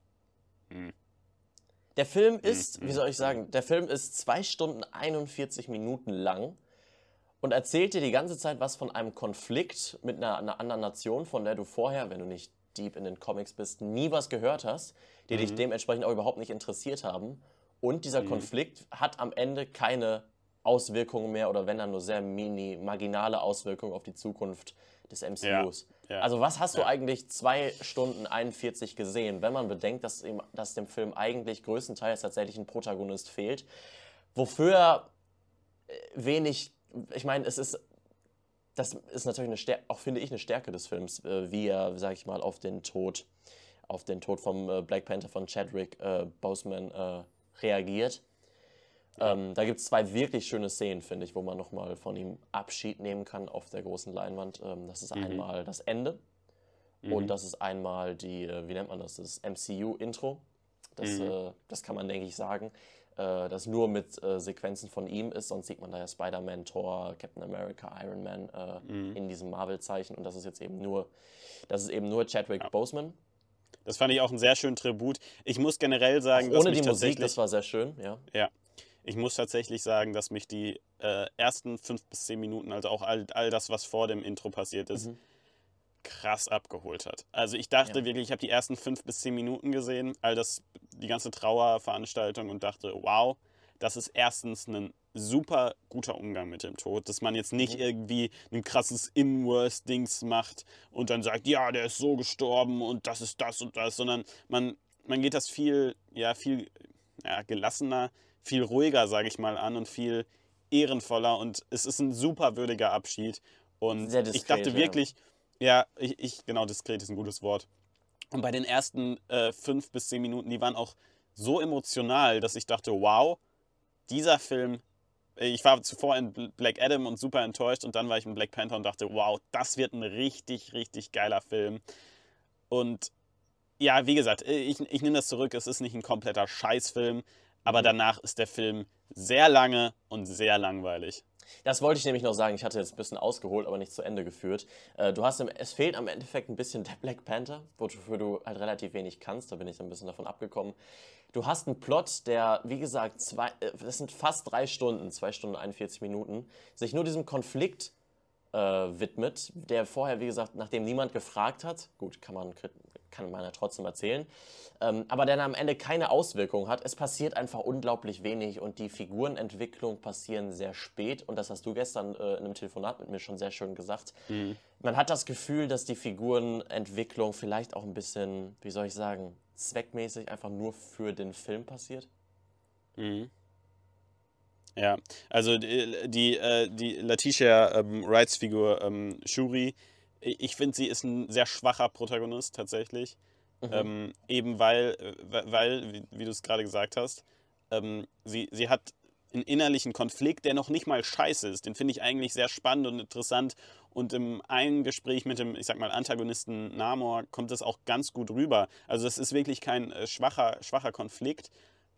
Der Film ist, wie soll ich sagen, der Film ist 2 Stunden 41 Minuten lang und erzählt dir die ganze Zeit was von einem Konflikt mit einer anderen Nation, von der du vorher, wenn du nicht deep in den Comics bist, nie was gehört hast, die dich dementsprechend auch überhaupt nicht interessiert haben. Und dieser Konflikt hat am Ende keine Auswirkungen mehr oder wenn dann nur sehr marginale Auswirkungen auf die Zukunft des MCUs. Ja. Also was hast du eigentlich 2 Stunden 41 gesehen, wenn man bedenkt, dass dem Film eigentlich größtenteils tatsächlich ein Protagonist fehlt, wofür wenig, ich meine, das ist natürlich eine Stärke, auch finde ich eine Stärke des Films, wie er, sag ich mal, auf den Tod vom Black Panther von Chadwick Boseman reagiert. Da gibt es 2 wirklich schöne Szenen, finde ich, wo man nochmal von ihm Abschied nehmen kann auf der großen Leinwand. Das ist einmal das Ende und das ist einmal wie nennt man das, das MCU-Intro. Das kann man, denke ich, sagen, das nur mit Sequenzen von ihm ist, sonst sieht man da ja Spider-Man, Thor, Captain America, Iron Man in diesem Marvel-Zeichen und das ist eben nur Chadwick Boseman. Das fand ich auch einen sehr schönen Tribut. Ich muss generell sagen, auch ohne die Musik, das war sehr schön, ja. Ja. Ich muss tatsächlich sagen, dass mich die ersten 5 bis 10 Minuten, also auch all das, was vor dem Intro passiert ist, krass abgeholt hat. Also ich dachte wirklich, ich habe die ersten 5 bis 10 Minuten gesehen, die ganze Trauerveranstaltung und dachte, wow, das ist erstens ein super guter Umgang mit dem Tod, dass man jetzt nicht irgendwie ein krasses In-Worst-Dings macht und dann sagt, ja, der ist so gestorben und das, sondern man geht das viel gelassener, viel ruhiger, sage ich mal, an und viel ehrenvoller und es ist ein super würdiger Abschied und sehr diskret, ich dachte wirklich, genau, diskret ist ein gutes Wort. Und bei den ersten 5 bis 10 Minuten, die waren auch so emotional, dass ich dachte, wow, dieser Film, ich war zuvor in Black Adam und super enttäuscht und dann war ich in Black Panther und dachte, wow, das wird ein richtig, richtig geiler Film. Und ja, wie gesagt, ich nehme das zurück, es ist nicht ein kompletter Scheißfilm, aber danach ist der Film sehr lange und sehr langweilig. Das wollte ich nämlich noch sagen. Ich hatte jetzt ein bisschen ausgeholt, aber nicht zu Ende geführt. Es fehlt am Endeffekt ein bisschen der Black Panther, wofür du halt relativ wenig kannst. Da bin ich ein bisschen davon abgekommen. Du hast einen Plot, der, wie gesagt, das sind fast 3 Stunden, 2 Stunden 41 Minuten, sich nur diesem Konflikt widmet, der vorher, wie gesagt, nachdem niemand gefragt hat, gut, kann man ja trotzdem erzählen, aber der dann am Ende keine Auswirkung hat. Es passiert einfach unglaublich wenig und die Figurenentwicklung passieren sehr spät und das hast du gestern in einem Telefonat mit mir schon sehr schön gesagt. Man hat das Gefühl, dass die Figurenentwicklung vielleicht auch ein bisschen, wie soll ich sagen, zweckmäßig einfach nur für den Film passiert. Ja, also die Letitia Wrights-Figur Shuri, ich finde, sie ist ein sehr schwacher Protagonist tatsächlich. Eben weil wie du es gerade gesagt hast, sie hat einen innerlichen Konflikt, der noch nicht mal scheiße ist. Den finde ich eigentlich sehr spannend und interessant. Und im einen Gespräch mit dem, ich sag mal, Antagonisten Namor kommt das auch ganz gut rüber. Also das ist wirklich kein schwacher Konflikt.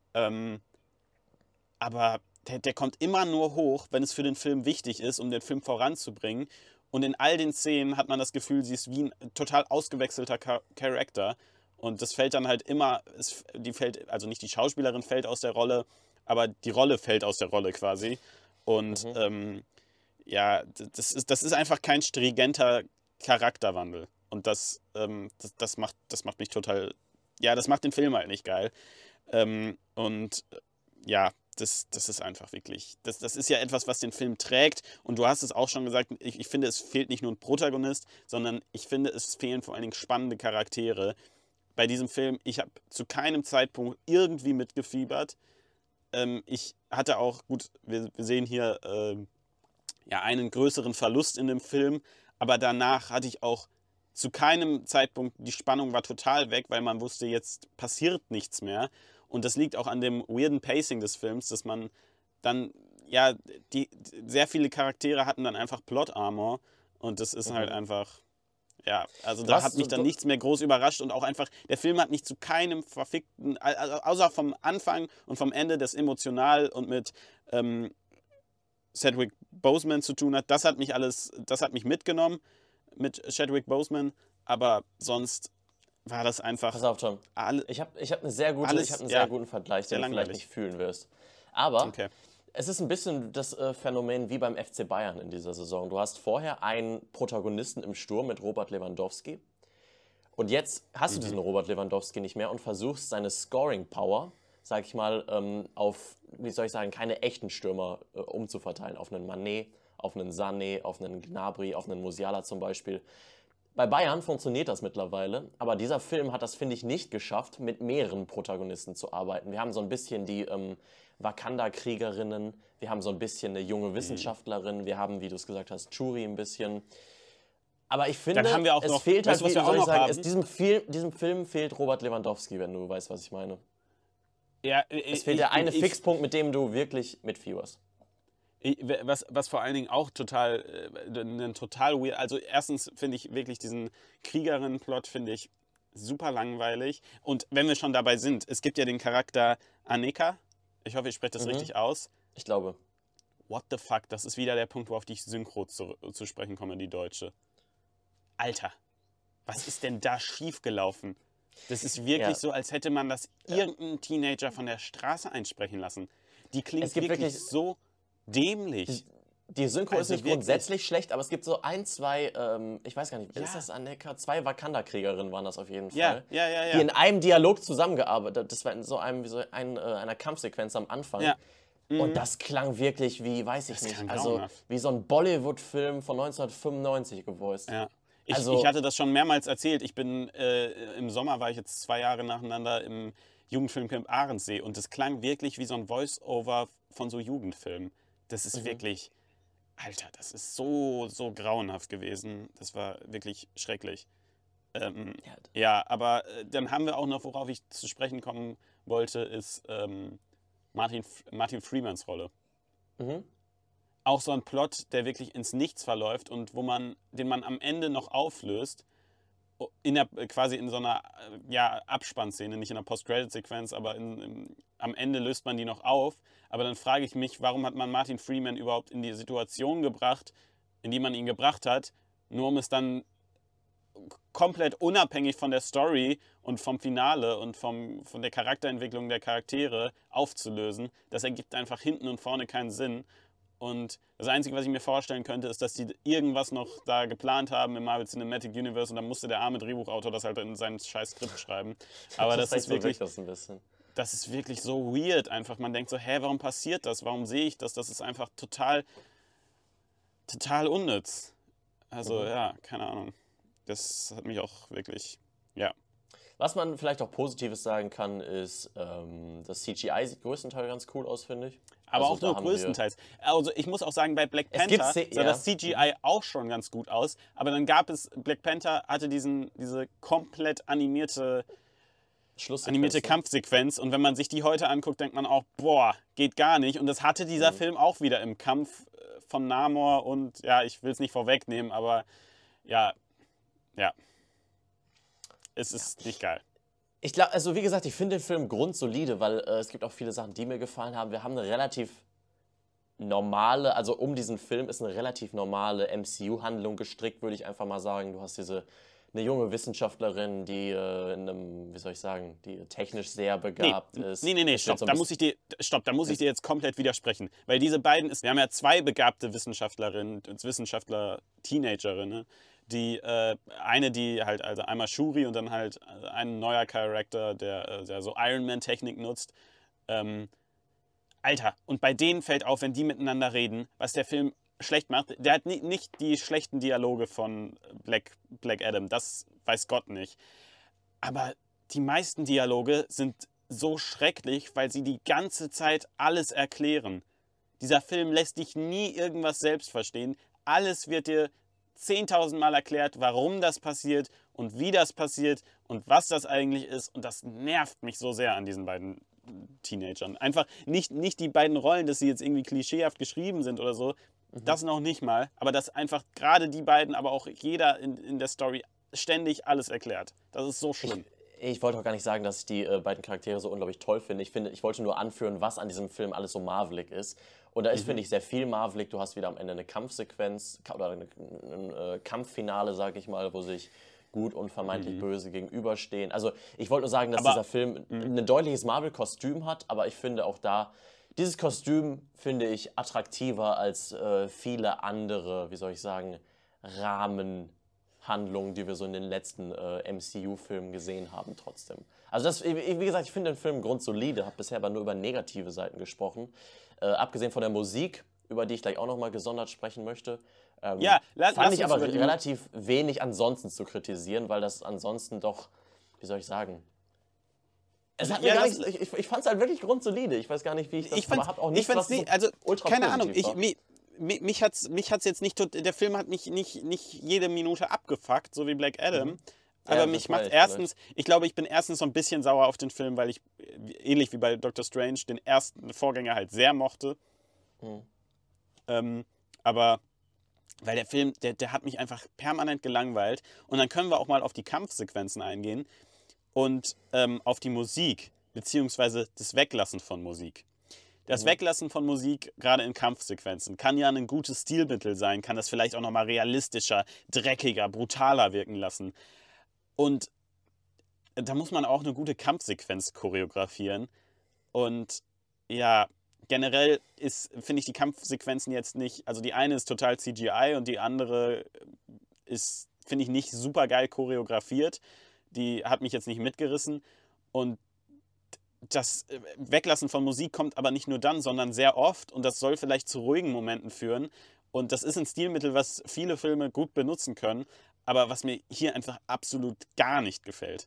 Aber der kommt immer nur hoch, wenn es für den Film wichtig ist, um den Film voranzubringen. Und in all den Szenen hat man das Gefühl, sie ist wie ein total ausgewechselter Charakter. Und das fällt dann halt immer, also nicht die Schauspielerin fällt aus der Rolle, aber die Rolle fällt aus der Rolle quasi. Und das ist einfach kein stringenter Charakterwandel. Und das macht mich total, das macht den Film halt nicht geil. das ist einfach wirklich, das ist ja etwas, was den Film trägt. Und du hast es auch schon gesagt, ich finde, es fehlt nicht nur ein Protagonist, sondern ich finde, es fehlen vor allen Dingen spannende Charaktere. Bei diesem Film, ich habe zu keinem Zeitpunkt irgendwie mitgefiebert. Ich hatte auch, gut, wir sehen hier ja, einen größeren Verlust in dem Film, aber danach hatte ich auch zu keinem Zeitpunkt, die Spannung war total weg, weil man wusste, jetzt passiert nichts mehr. Und das liegt auch an dem weirden Pacing des Films, dass man dann, ja, sehr viele Charaktere hatten dann einfach Plot-Armor und das ist halt einfach, ja, also da hat mich dann nichts mehr groß überrascht und auch einfach, der Film hat mich zu keinem verfickten, also außer vom Anfang und vom Ende, das emotional und mit Chadwick Boseman zu tun hat, das hat mich mitgenommen mit Chadwick Boseman, aber sonst war das einfach. Pass auf, Tom. Ich hab einen sehr guten Vergleich, den du vielleicht nicht fühlen wirst. Aber okay. Es ist ein bisschen das Phänomen wie beim FC Bayern in dieser Saison. Du hast vorher einen Protagonisten im Sturm mit Robert Lewandowski. Und jetzt hast du diesen Robert Lewandowski nicht mehr und versuchst seine Scoring-Power, sag ich mal, auf, wie soll ich sagen, keine echten Stürmer umzuverteilen. Auf einen Mané, auf einen Sané, auf einen Gnabry, auf einen Musiala zum Beispiel. Bei Bayern funktioniert das mittlerweile, aber dieser Film hat das, finde ich, nicht geschafft, mit mehreren Protagonisten zu arbeiten. Wir haben so ein bisschen die Wakanda-Kriegerinnen, wir haben so ein bisschen eine junge Wissenschaftlerin, wir haben, wie du es gesagt hast, Churi ein bisschen. Aber ich finde, dann haben wir auch es noch, fehlt halt, weißt du, was wie wir auch soll ich noch sagen, haben? Diesem Film fehlt Robert Lewandowski, wenn du weißt, was ich meine. Ja, Es fehlt der eine Fixpunkt, mit dem du wirklich mitfieberst. Was vor allen Dingen auch total weird, also erstens finde ich wirklich diesen Kriegerinnen-Plot finde ich super langweilig. Und wenn wir schon dabei sind, es gibt ja den Charakter Aneka. Ich hoffe, ich spreche das richtig aus. Ich glaube. What the fuck, das ist wieder der Punkt, wo auf die Synchro zu sprechen komme, die deutsche. Alter, was ist denn da schiefgelaufen? Das ist wirklich so, als hätte man das irgendeinen Teenager von der Straße einsprechen lassen. Die klingt wirklich so dämlich. Die Synchro ist nicht grundsätzlich schlecht, aber es gibt so ein, zwei, ich weiß gar nicht, ist das Aneka? 2 Wakanda-Kriegerinnen waren das auf jeden Fall. Ja. Die in einem Dialog zusammengearbeitet, das war in so einer Kampfsequenz am Anfang. Ja. Und das klang wirklich wie, weiß ich nicht, also wie so ein Bollywood-Film von 1995 gevoiced. Ja. Ich hatte das schon mehrmals erzählt. Ich bin, im Sommer war ich jetzt 2 Jahre nacheinander im Jugendfilmcamp Ahrensee und das klang wirklich wie so ein Voice-Over von so Jugendfilmen. Das ist wirklich, Alter, das ist so grauenhaft gewesen. Das war wirklich schrecklich. Ja, aber dann haben wir auch noch, worauf ich zu sprechen kommen wollte, ist Martin Freemans Rolle. Auch so ein Plot, der wirklich ins Nichts verläuft und den man am Ende noch auflöst, quasi in so einer Abspannszene, nicht in einer Post-Credit-Sequenz, aber am Ende löst man die noch auf. Aber dann frage ich mich, warum hat man Martin Freeman überhaupt in die Situation gebracht, in die man ihn gebracht hat, nur um es dann komplett unabhängig von der Story und vom Finale und von der Charakterentwicklung der Charaktere aufzulösen. Das ergibt einfach hinten und vorne keinen Sinn. Und das Einzige, was ich mir vorstellen könnte, ist, dass die irgendwas noch da geplant haben im Marvel Cinematic Universe und dann musste der arme Drehbuchautor das halt in sein scheiß Skript schreiben. Aber das ist wirklich, das ist wirklich so weird einfach. Man denkt so, warum passiert das? Warum sehe ich das? Das ist einfach total unnütz. Also ja, keine Ahnung. Das hat mich auch wirklich, ja. Was man vielleicht auch Positives sagen kann, ist, das CGI sieht größtenteils ganz cool aus, finde ich. Aber auch nur größtenteils. Also ich muss auch sagen, bei Black Panther sah das CGI auch schon ganz gut aus. Aber dann Black Panther hatte diese komplett animierte Kampfsequenz. Und wenn man sich die heute anguckt, denkt man auch, boah, geht gar nicht. Und das hatte dieser Film auch wieder im Kampf von Namor. Und ja, ich will es nicht vorwegnehmen, aber ja. Es ist nicht geil. Ich glaube, also wie gesagt, ich finde den Film grundsolide, weil es gibt auch viele Sachen, die mir gefallen haben. Wir haben eine relativ normale, also um diesen Film ist eine relativ normale MCU-Handlung gestrickt, würde ich einfach mal sagen. Du hast eine junge Wissenschaftlerin, die die technisch sehr begabt ist. Nee, stopp, da muss ich dir jetzt komplett widersprechen. Weil diese beiden, wir haben ja 2 begabte Wissenschaftlerinnen und Wissenschaftler-Teenagerinnen, die eine, die halt, also einmal Shuri und dann halt ein neuer Charakter, der so Iron Man-Technik nutzt. Alter, und bei denen fällt auf, wenn die miteinander reden, was der Film schlecht macht. Der hat nicht die schlechten Dialoge von Black Adam, das weiß Gott nicht. Aber die meisten Dialoge sind so schrecklich, weil sie die ganze Zeit alles erklären. Dieser Film lässt dich nie irgendwas selbst verstehen. Alles wird dir 10.000 Mal erklärt, warum das passiert und wie das passiert und was das eigentlich ist. Und das nervt mich so sehr an diesen beiden Teenagern. Einfach nicht die beiden Rollen, dass sie jetzt irgendwie klischeehaft geschrieben sind oder so. Das noch nicht mal. Aber dass einfach gerade die beiden, aber auch jeder in der Story ständig alles erklärt. Das ist so schlimm. Ich wollte auch gar nicht sagen, dass ich die beiden Charaktere so unglaublich toll finde. Ich wollte nur anführen, was an diesem Film alles so marvelig ist. Und da ist, finde ich, sehr viel marvelig. Du hast wieder am Ende eine Kampfsequenz oder ein Kampffinale, sag ich mal, wo sich gut und vermeintlich böse gegenüberstehen. Also ich wollte nur sagen, dass dieser Film ein deutliches Marvel-Kostüm hat, aber ich finde auch da, dieses Kostüm finde ich attraktiver als viele andere, wie soll ich sagen, Rahmenhandlungen, die wir so in den letzten MCU-Filmen gesehen haben trotzdem. Also das, wie gesagt, ich finde den Film grundsolide, habe bisher aber nur über negative Seiten gesprochen. Abgesehen von der Musik, über die ich gleich auch nochmal gesondert sprechen möchte, fand ich aber relativ wenig ansonsten zu kritisieren, weil das ansonsten doch, wie soll ich sagen, es hat mir gar nicht, ich fand es halt wirklich grundsolide. Ich weiß gar nicht, wie ich das aber habe auch nicht, was nicht, also ultra keine Ahnung, war. mich hat's jetzt nicht, der Film hat mich nicht jede Minute abgefuckt, so wie Black Adam. Aber Ja, mich das macht erstens, ich glaube, ich bin erstens so ein bisschen sauer auf den Film, weil ich, ähnlich wie bei Doctor Strange, den ersten Vorgänger halt sehr mochte. Aber weil der Film, der hat mich einfach permanent gelangweilt. Und dann können wir auch mal auf die Kampfsequenzen eingehen und auf die Musik, beziehungsweise das Weglassen von Musik. Das Weglassen von Musik, gerade in Kampfsequenzen, kann ja ein gutes Stilmittel sein, kann das vielleicht auch nochmal realistischer, dreckiger, brutaler wirken lassen. Und da muss man auch eine gute Kampfsequenz choreografieren. Und ja, generell finde ich die Kampfsequenzen jetzt nicht, also die eine ist total CGI und die andere ist, finde ich, nicht super geil choreografiert. Die hat mich jetzt nicht mitgerissen. Und das Weglassen von Musik kommt aber nicht nur dann, sondern sehr oft. Und das soll vielleicht zu ruhigen Momenten führen. Und das ist ein Stilmittel, was viele Filme gut benutzen können, aber was mir hier einfach absolut gar nicht gefällt.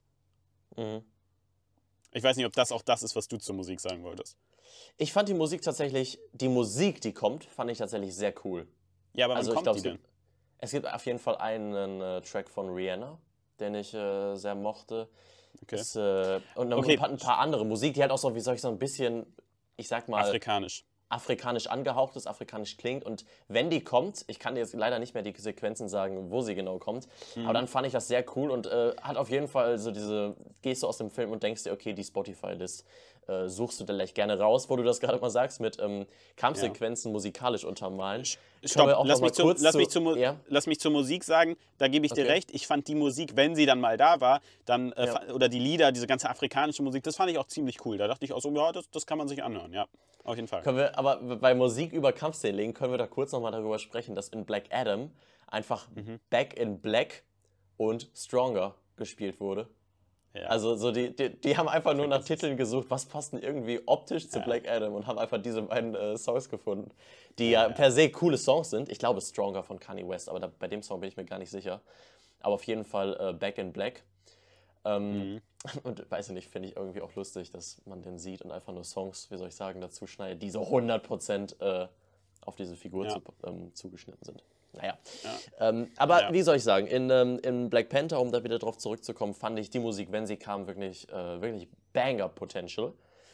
Ich weiß nicht, ob das auch das ist, was du zur Musik sagen wolltest. Ich fand die Musik, die kommt, fand ich tatsächlich sehr cool. Ja, aber wann kommt die denn? Es gibt auf jeden Fall einen Track von Rihanna, den ich sehr mochte. Okay. Und ein paar andere Musik, die halt auch so, wie soll ich sagen, ein bisschen, ich sag mal, afrikanisch angehaucht ist, afrikanisch klingt. Und wenn die kommt, ich kann dir jetzt leider nicht mehr die Sequenzen sagen, wo sie genau kommt, aber dann fand ich das sehr cool und hat auf jeden Fall so gehst du aus dem Film und denkst dir, okay, die Spotify-List suchst du vielleicht gerne raus, wo du das gerade mal sagst, mit Kampfsequenzen musikalisch untermalen. Stopp, lass mich zur Musik sagen, da gebe ich dir recht. Ich fand die Musik, wenn sie dann mal da war, dann oder die Lieder, diese ganze afrikanische Musik, das fand ich auch ziemlich cool. Da dachte ich auch so, ja, das kann man sich anhören, ja, auf jeden Fall. Können wir aber bei Musik über Kampfszenen legen, können wir da kurz nochmal darüber sprechen, dass in Black Adam einfach Back in Black und Stronger gespielt wurde. Ja. Also so die haben einfach nur nach Titeln gesucht, was passt denn irgendwie optisch zu Black Adam und haben einfach diese beiden Songs gefunden, die ja per se coole Songs sind. Ich glaube Stronger von Kanye West, aber bei dem Song bin ich mir gar nicht sicher. Aber auf jeden Fall Back in Black. Und weiß ich nicht, finde ich irgendwie auch lustig, dass man den sieht und einfach nur Songs, wie soll ich sagen, dazu schneidet, die so 100% auf diese Figur zugeschnitten sind. Naja. Aber wie soll ich sagen, in Black Panther, um da wieder drauf zurückzukommen, fand ich die Musik, wenn sie kam, wirklich Banger-Potential.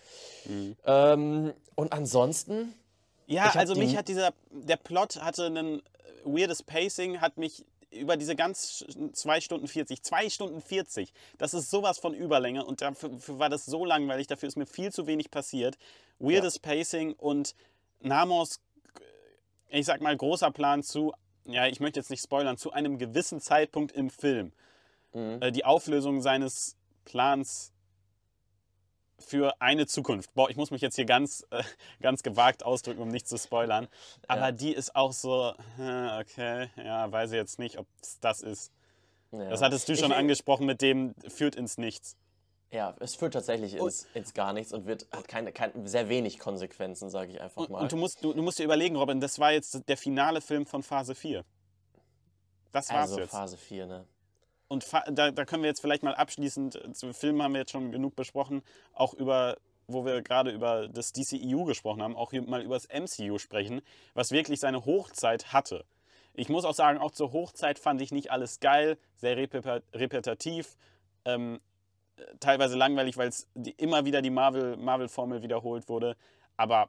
Und ansonsten... Ja, also mich hat der Plot hatte ein weirdes Pacing, hat mich über diese ganz 2 Stunden 40, das ist sowas von Überlänge und dafür war das so langweilig, dafür ist mir viel zu wenig passiert. Weirdes Pacing und Namors, ich sag mal, großer Plan ich möchte jetzt nicht spoilern, zu einem gewissen Zeitpunkt im Film. Die Auflösung seines Plans für eine Zukunft. Boah, ich muss mich jetzt hier ganz gewagt ausdrücken, um nicht zu spoilern. Aber die ist auch so, okay, ja, weiß ich jetzt nicht, ob es das ist. Ja. Das hattest du schon angesprochen mit dem, führt ins Nichts. Ja, es führt tatsächlich ins gar nichts und hat sehr wenig Konsequenzen, sage ich einfach mal. Und du musst dir überlegen, Robin, das war jetzt der finale Film von Phase 4. Das war's Also jetzt. Phase 4, ne? Und da können wir jetzt vielleicht mal abschließend, zu Filmen haben wir jetzt schon genug besprochen, auch wo wir gerade über das DCEU gesprochen haben, auch mal über das MCU sprechen, was wirklich seine Hochzeit hatte. Ich muss auch sagen, auch zur Hochzeit fand ich nicht alles geil, sehr repetitiv, teilweise langweilig, weil es immer wieder die Marvel-Formel wiederholt wurde. Aber,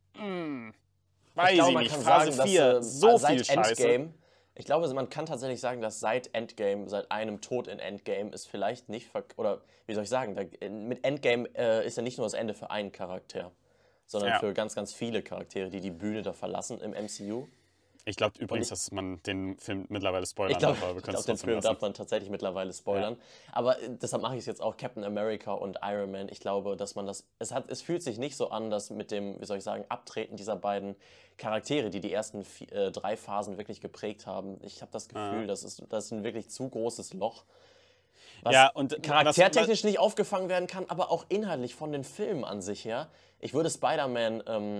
weiß ich man nicht, kann Phase sagen, 4, dass so seit viel Scheiße. Ich glaube, man kann tatsächlich sagen, dass seit Endgame, seit einem Tod in Endgame, ist vielleicht nicht, oder wie soll ich sagen, mit Endgame ist ja nicht nur das Ende für einen Charakter, sondern Ja. für ganz, ganz viele Charaktere, die die Bühne da verlassen im MCU. Ich glaube übrigens, dass man den Film mittlerweile spoilern Ich glaube, darf, aber den Film darf man tatsächlich mittlerweile spoilern. Ja. Aber deshalb mache ich es jetzt auch, Captain America und Iron Man. Ich glaube, dass man es fühlt sich nicht so an, dass mit dem, wie soll ich sagen, Abtreten dieser beiden Charaktere, die ersten 3 Phasen wirklich geprägt haben. Ich habe das Gefühl, das ist ein wirklich zu großes Loch, was charaktertechnisch nicht aufgefangen werden kann, aber auch inhaltlich von den Filmen an sich her. Ich würde Spider-Man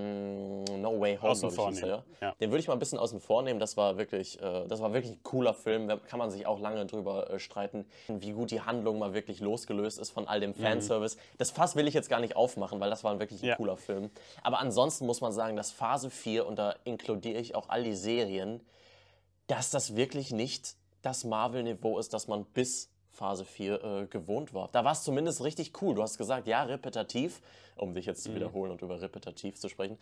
No Way Home, den würde ich mal ein bisschen außen vor nehmen. Das war wirklich ein cooler Film. Da kann man sich auch lange drüber streiten, wie gut die Handlung mal wirklich losgelöst ist von all dem Fanservice. Das Fass will ich jetzt gar nicht aufmachen, weil das war wirklich ein cooler Film. Aber ansonsten muss man sagen, dass Phase 4, und da inkludiere ich auch all die Serien, dass das wirklich nicht das Marvel-Niveau ist, das man bis Phase 4 gewohnt war. Da war es zumindest richtig cool. Du hast gesagt, ja, repetitiv, um dich jetzt zu wiederholen und über repetitiv zu sprechen.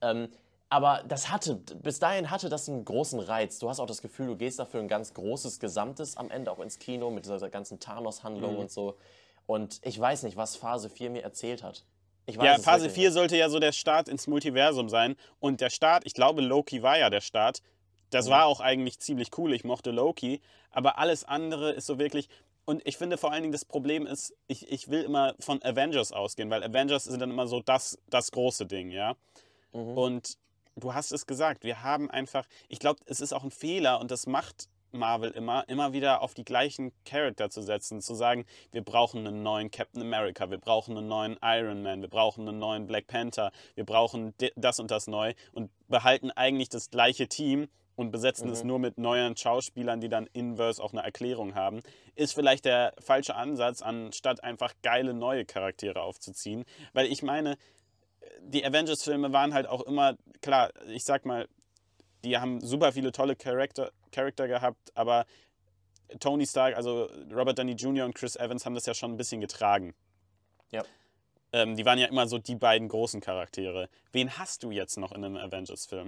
Aber bis dahin hatte das einen großen Reiz. Du hast auch das Gefühl, du gehst dafür ein ganz großes Gesamtes am Ende auch ins Kino mit dieser ganzen Thanos-Handlung und so. Und ich weiß nicht, was Phase 4 mir erzählt hat. Phase 4 sollte ja so der Start ins Multiversum sein. Und der Start, ich glaube, Loki war ja der Start. Das war auch eigentlich ziemlich cool. Ich mochte Loki. Aber alles andere ist so wirklich... Und ich finde vor allen Dingen, das Problem ist, ich will immer von Avengers ausgehen, weil Avengers sind dann immer so das große Ding, ja. Und du hast es gesagt, wir haben einfach, ich glaube, es ist auch ein Fehler und das macht Marvel immer wieder auf die gleichen Charakter zu setzen, zu sagen, wir brauchen einen neuen Captain America, wir brauchen einen neuen Iron Man, wir brauchen einen neuen Black Panther, wir brauchen das und das neu und behalten eigentlich das gleiche Team und besetzen es nur mit neuen Schauspielern, die dann inverse auch eine Erklärung haben, ist vielleicht der falsche Ansatz, anstatt einfach geile neue Charaktere aufzuziehen. Weil ich meine, die Avengers-Filme waren halt auch immer, klar, ich sag mal, die haben super viele tolle Charakter gehabt, aber Tony Stark, also Robert Downey Jr. und Chris Evans haben das ja schon ein bisschen getragen. Ja. Die waren ja immer so die beiden großen Charaktere. Wen hast du jetzt noch in einem Avengers-Film?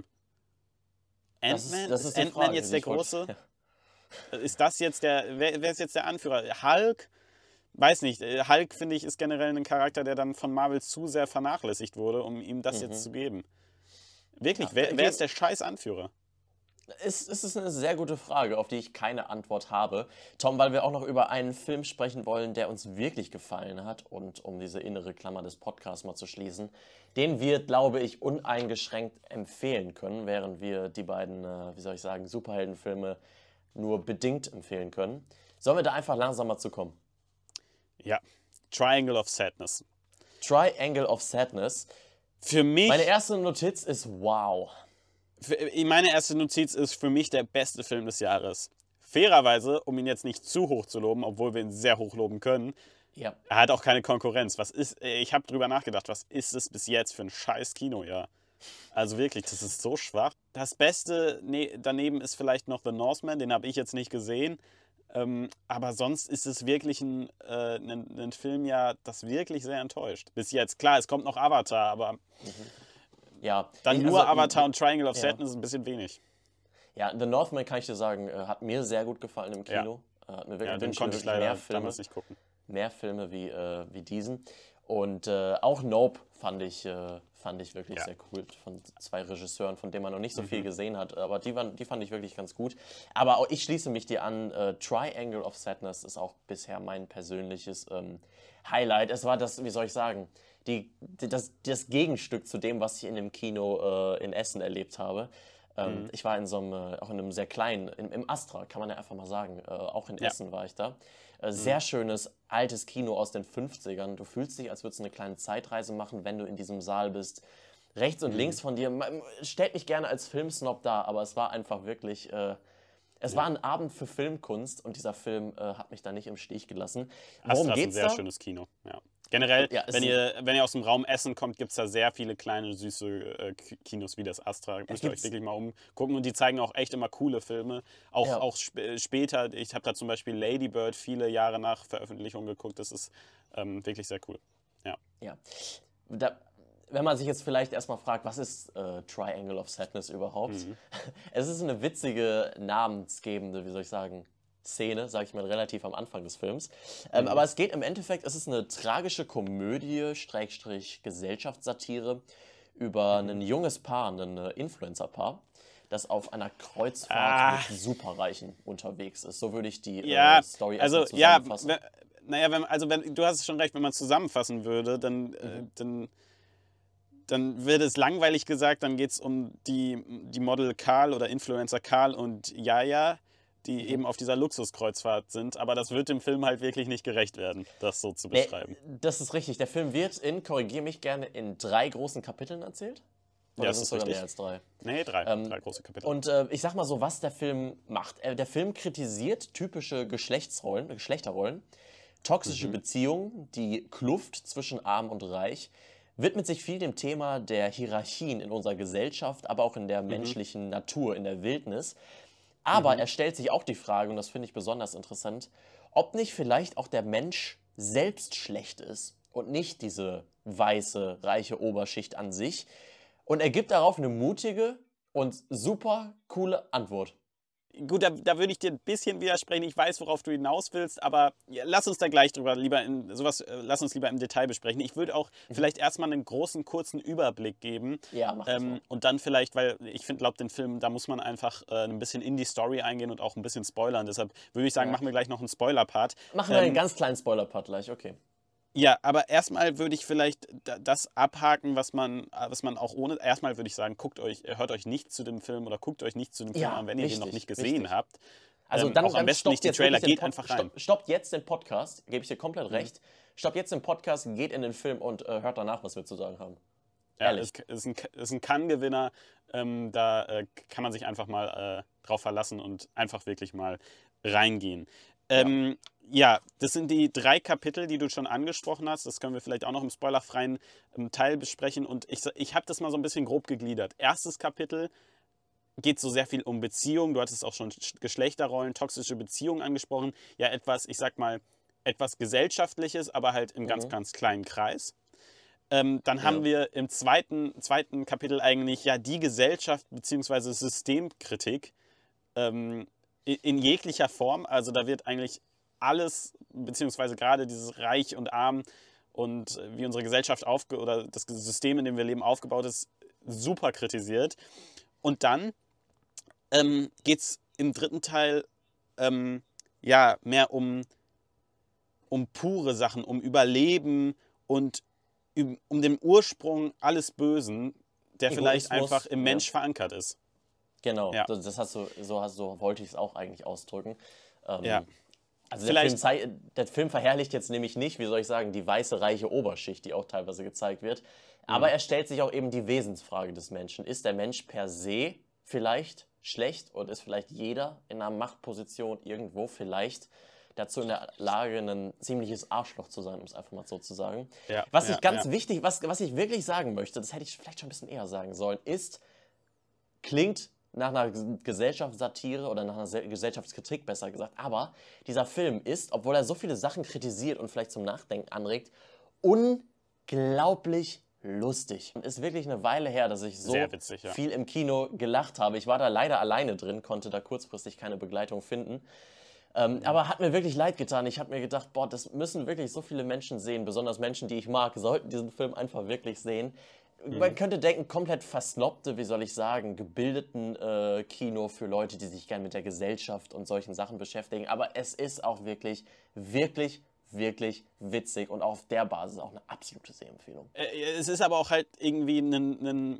Ant-Man? Ist Ant-Man jetzt der Große? Ist das jetzt wer ist jetzt der Anführer? Hulk? Weiß nicht. Hulk, finde ich, ist generell ein Charakter, der dann von Marvel zu sehr vernachlässigt wurde, um ihm das jetzt zu geben. Wirklich, wer ist der scheiß Anführer? Es ist eine sehr gute Frage, auf die ich keine Antwort habe. Tom, weil wir auch noch über einen Film sprechen wollen, der uns wirklich gefallen hat, und um diese innere Klammer des Podcasts mal zu schließen, den wir, glaube ich, uneingeschränkt empfehlen können, während wir die beiden, wie soll ich sagen, Superheldenfilme nur bedingt empfehlen können. Sollen wir da einfach langsam mal zu kommen? Ja, Triangle of Sadness. Triangle of Sadness. Für mich... Meine erste Notiz ist wow. Meine erste Notiz ist für mich der beste Film des Jahres. Fairerweise, um ihn jetzt nicht zu hoch zu loben, obwohl wir ihn sehr hoch loben können, er hat auch keine Konkurrenz. Ich habe drüber nachgedacht, was ist es bis jetzt für ein scheiß Kinojahr? Also wirklich, das ist so schwach. Das Beste daneben ist vielleicht noch The Northman, den habe ich jetzt nicht gesehen. Aber sonst ist es wirklich ein Filmjahr, das wirklich sehr enttäuscht. Bis jetzt. Klar, es kommt noch Avatar, aber... Ja, Avatar und Triangle of Sadness ist ein bisschen wenig. Ja, The Northman, kann ich dir sagen, hat mir sehr gut gefallen im Kino. Hat mir wirklich, den konnte ich leider damals nicht gucken. Mehr Filme wie diesen. Und auch Nope fand ich wirklich sehr cool, von 2 Regisseuren, von denen man noch nicht so viel gesehen hat. Aber die fand ich wirklich ganz gut. Aber auch ich schließe mich dir an, Triangle of Sadness ist auch bisher mein persönliches Highlight. Es war das, wie soll ich sagen, das Gegenstück zu dem, was ich in dem Kino in Essen erlebt habe. Ich war in so einem, auch in einem sehr kleinen, im Astra, kann man ja einfach mal sagen, auch in Essen war ich da. Sehr schönes, altes Kino aus den 50ern. Du fühlst dich, als würdest du eine kleine Zeitreise machen, wenn du in diesem Saal bist. Rechts und links von dir, man stellt mich gerne als Filmsnob dar, aber es war einfach wirklich, es war ein Abend für Filmkunst und dieser Film hat mich da nicht im Stich gelassen. Worum Astra ist ein geht's sehr da? schönes Kino. Ja. Generell, Ja, wenn ihr aus dem Raum Essen kommt, gibt es da sehr viele kleine, süße Kinos wie das Astra. Müsst ihr euch gibt's- wirklich mal umgucken. Und die zeigen auch echt immer coole Filme. Ja. Auch später, ich habe da zum Beispiel Lady Bird viele Jahre nach Veröffentlichung geguckt. Das ist wirklich sehr cool. Ja. Ja. Wenn man sich jetzt vielleicht erstmal fragt, was ist Triangle of Sadness überhaupt? Es ist eine witzige, namensgebende, wie soll ich sagen, Szene, sage ich mal, relativ am Anfang des Films. Aber es geht im Endeffekt, es ist eine tragische Komödie, Schrägstrich Gesellschaftssatire über ein junges Paar, ein Influencer-Paar, das auf einer Kreuzfahrt mit Superreichen unterwegs ist. So würde ich die Story erstmal zusammenfassen. Wenn du hast schon recht, wenn man es zusammenfassen würde, dann wird es langweilig gesagt, dann geht es um die Model Karl oder Influencer Karl und Jaja, die eben auf dieser Luxuskreuzfahrt sind. Aber das wird dem Film halt wirklich nicht gerecht werden, das so zu beschreiben. Das ist richtig. Der Film wird korrigiere mich gerne, in 3 großen Kapiteln erzählt. Oder das sind ist es sogar richtig. mehr als 3? Nee, 3 große Kapitel. Und ich sag mal so, was der Film macht. Der Film kritisiert typische Geschlechterrollen, toxische Beziehungen, die Kluft zwischen Arm und Reich, widmet sich viel dem Thema der Hierarchien in unserer Gesellschaft, aber auch in der menschlichen Natur, in der Wildnis. Aber er stellt sich auch die Frage, und das finde ich besonders interessant, ob nicht vielleicht auch der Mensch selbst schlecht ist und nicht diese weiße, reiche Oberschicht an sich. Und er gibt darauf eine mutige und super coole Antwort. Gut, da würde ich dir ein bisschen widersprechen. Ich weiß, worauf du hinaus willst, aber ja, lass uns da gleich drüber lass uns lieber im Detail besprechen. Ich würde auch vielleicht erstmal einen großen, kurzen Überblick geben. Ja, mach das mal. Und dann vielleicht, weil ich glaube, den Film, da muss man einfach ein bisschen in die Story eingehen und auch ein bisschen spoilern. Deshalb würde ich sagen, machen wir gleich noch einen Spoiler-Part. Machen wir einen ganz kleinen Spoiler-Part gleich, okay. Ja, aber erstmal würde ich vielleicht das abhaken, was man auch ohne. Erstmal würde ich sagen, hört euch nicht zu dem Film oder guckt euch nicht zu dem Film an, wenn ihr den noch nicht gesehen habt. Also dann, auch am besten nicht die Trailer, geht einfach rein. Stoppt jetzt den Podcast, gebe ich dir komplett recht. Stoppt jetzt den Podcast, geht in den Film und hört danach, was wir zu sagen haben. Ja, ist ein Cannes-Gewinner. Da kann man sich einfach mal drauf verlassen und einfach wirklich mal reingehen. Ja, das sind die 3 Kapitel, die du schon angesprochen hast. Das können wir vielleicht auch noch im spoilerfreien Teil besprechen. Und ich habe das mal so ein bisschen grob gegliedert. Erstes Kapitel geht so sehr viel um Beziehungen. Du hattest auch schon Geschlechterrollen, toxische Beziehungen angesprochen. Ja, etwas Gesellschaftliches, aber halt im ganz, ganz kleinen Kreis. Dann haben wir im zweiten Kapitel eigentlich ja die Gesellschaft bzw. Systemkritik in jeglicher Form. Also da wird eigentlich alles, beziehungsweise gerade dieses Reich und Arm und wie unsere Gesellschaft oder das System, in dem wir leben, aufgebaut ist, super kritisiert. Und dann geht es im dritten Teil mehr um pure Sachen, um Überleben und um den Ursprung alles Bösen, der vielleicht einfach im Mensch verankert ist. Genau, ja. so wollte ich es auch eigentlich ausdrücken. Ja. Also der Film verherrlicht jetzt nämlich nicht, wie soll ich sagen, die weiße, reiche Oberschicht, die auch teilweise gezeigt wird. Aber er stellt sich auch eben die Wesensfrage des Menschen. Ist der Mensch per se vielleicht schlecht und ist vielleicht jeder in einer Machtposition irgendwo vielleicht dazu in der Lage, ein ziemliches Arschloch zu sein, um es einfach mal so zu sagen. Ja, was ich wirklich sagen möchte, das hätte ich vielleicht schon ein bisschen eher sagen sollen, klingt nach einer Gesellschaftssatire oder nach einer Gesellschaftskritik, besser gesagt. Aber dieser Film ist, obwohl er so viele Sachen kritisiert und vielleicht zum Nachdenken anregt, unglaublich lustig. Und ist wirklich eine Weile her, dass ich so viel im Kino gelacht habe. Ich war da leider alleine drin, konnte da kurzfristig keine Begleitung finden. Aber hat mir wirklich leid getan. Ich habe mir gedacht, boah, das müssen wirklich so viele Menschen sehen, besonders Menschen, die ich mag, sollten diesen Film einfach wirklich sehen. Man könnte denken, komplett versnobte, wie soll ich sagen, gebildeten Kino für Leute, die sich gern mit der Gesellschaft und solchen Sachen beschäftigen. Aber es ist auch wirklich, wirklich, wirklich witzig und auf der Basis auch eine absolute Sehempfehlung. Es ist aber auch halt irgendwie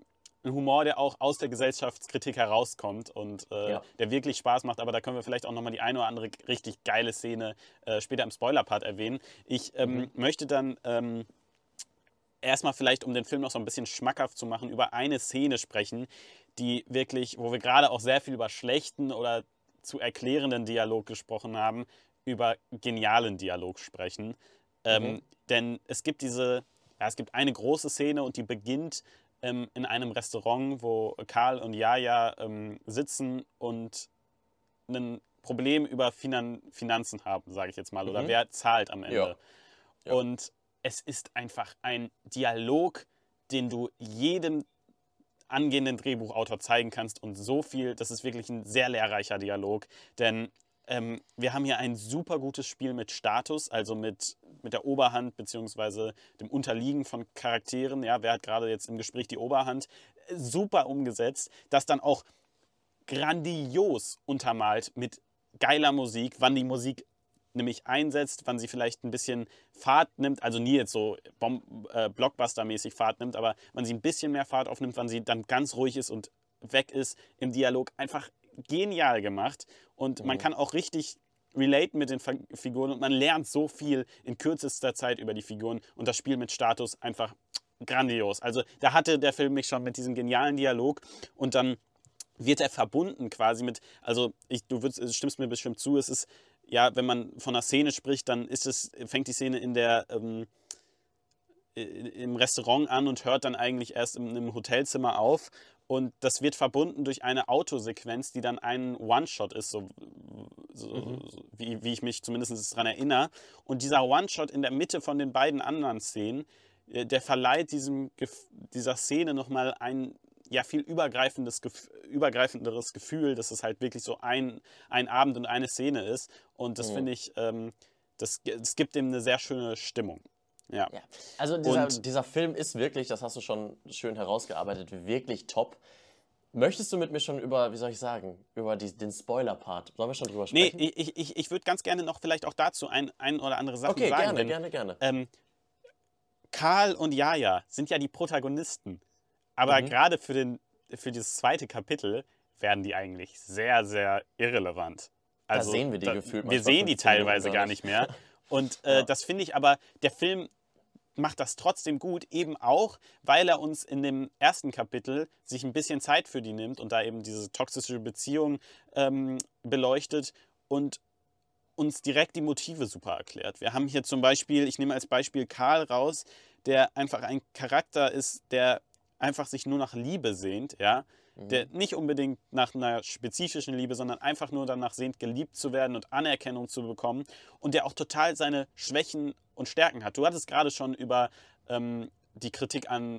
ein Humor, der auch aus der Gesellschaftskritik herauskommt und der wirklich Spaß macht. Aber da können wir vielleicht auch nochmal die eine oder andere richtig geile Szene später im Spoiler-Part erwähnen. Ich möchte dann erstmal vielleicht, um den Film noch so ein bisschen schmackhaft zu machen, über eine Szene sprechen, die wirklich, wo wir gerade auch sehr viel über schlechten oder zu erklärenden Dialog gesprochen haben, über genialen Dialog sprechen. Denn es gibt es gibt eine große Szene und die beginnt in einem Restaurant, wo Karl und Yahya sitzen und ein Problem über Finanzen haben, sage ich jetzt mal, oder wer zahlt am Ende. Ja. Ja. Und es ist einfach ein Dialog, den du jedem angehenden Drehbuchautor zeigen kannst und so viel, das ist wirklich ein sehr lehrreicher Dialog, denn wir haben hier ein super gutes Spiel mit Status, also mit der Oberhand bzw. dem Unterliegen von Charakteren. Ja, wer hat gerade jetzt im Gespräch die Oberhand? Super umgesetzt, das dann auch grandios untermalt mit geiler Musik, wann die Musik nämlich einsetzt, wann sie vielleicht ein bisschen Fahrt nimmt, also nie jetzt so Blockbuster-mäßig Fahrt nimmt, aber wann sie ein bisschen mehr Fahrt aufnimmt, wann sie dann ganz ruhig ist und weg ist im Dialog. Einfach genial gemacht und man kann auch richtig relaten mit den Figuren und man lernt so viel in kürzester Zeit über die Figuren und das Spiel mit Status einfach grandios. Also da hatte der Film mich schon mit diesem genialen Dialog und dann wird er verbunden quasi mit, also du stimmst mir bestimmt zu, es ist, ja, wenn man von einer Szene spricht, dann fängt die Szene im Restaurant an und hört dann eigentlich erst im Hotelzimmer auf. Und das wird verbunden durch eine Autosequenz, die dann ein One-Shot ist, wie ich mich zumindest daran erinnere. Und dieser One-Shot in der Mitte von den beiden anderen Szenen, der verleiht dieser Szene nochmal ein viel übergreifenderes Gefühl, dass es halt wirklich so ein Abend und eine Szene ist. Und das finde ich, das gibt dem eine sehr schöne Stimmung. Ja. Also dieser Film ist wirklich, das hast du schon schön herausgearbeitet, wirklich top. Möchtest du mit mir schon über, wie soll ich sagen, über den Spoiler-Part, sollen wir schon drüber sprechen? Nee, ich würde ganz gerne noch vielleicht auch dazu ein oder andere Sachen sagen. Okay, gerne. Karl und Yahya sind ja die Protagonisten. Aber gerade für dieses zweite Kapitel werden die eigentlich sehr, sehr irrelevant. Also, da sehen wir die gefühlt. Wir sehen die teilweise gar nicht mehr. Und das finde ich aber, der Film macht das trotzdem gut, eben auch, weil er uns in dem ersten Kapitel sich ein bisschen Zeit für die nimmt und da eben diese toxische Beziehung beleuchtet und uns direkt die Motive super erklärt. Wir haben hier zum Beispiel, ich nehme als Beispiel Karl raus, der einfach ein Charakter ist, der einfach sich nur nach Liebe sehnt, ja, der nicht unbedingt nach einer spezifischen Liebe, sondern einfach nur danach sehnt, geliebt zu werden und Anerkennung zu bekommen und der auch total seine Schwächen und Stärken hat. Du hattest gerade schon über die Kritik an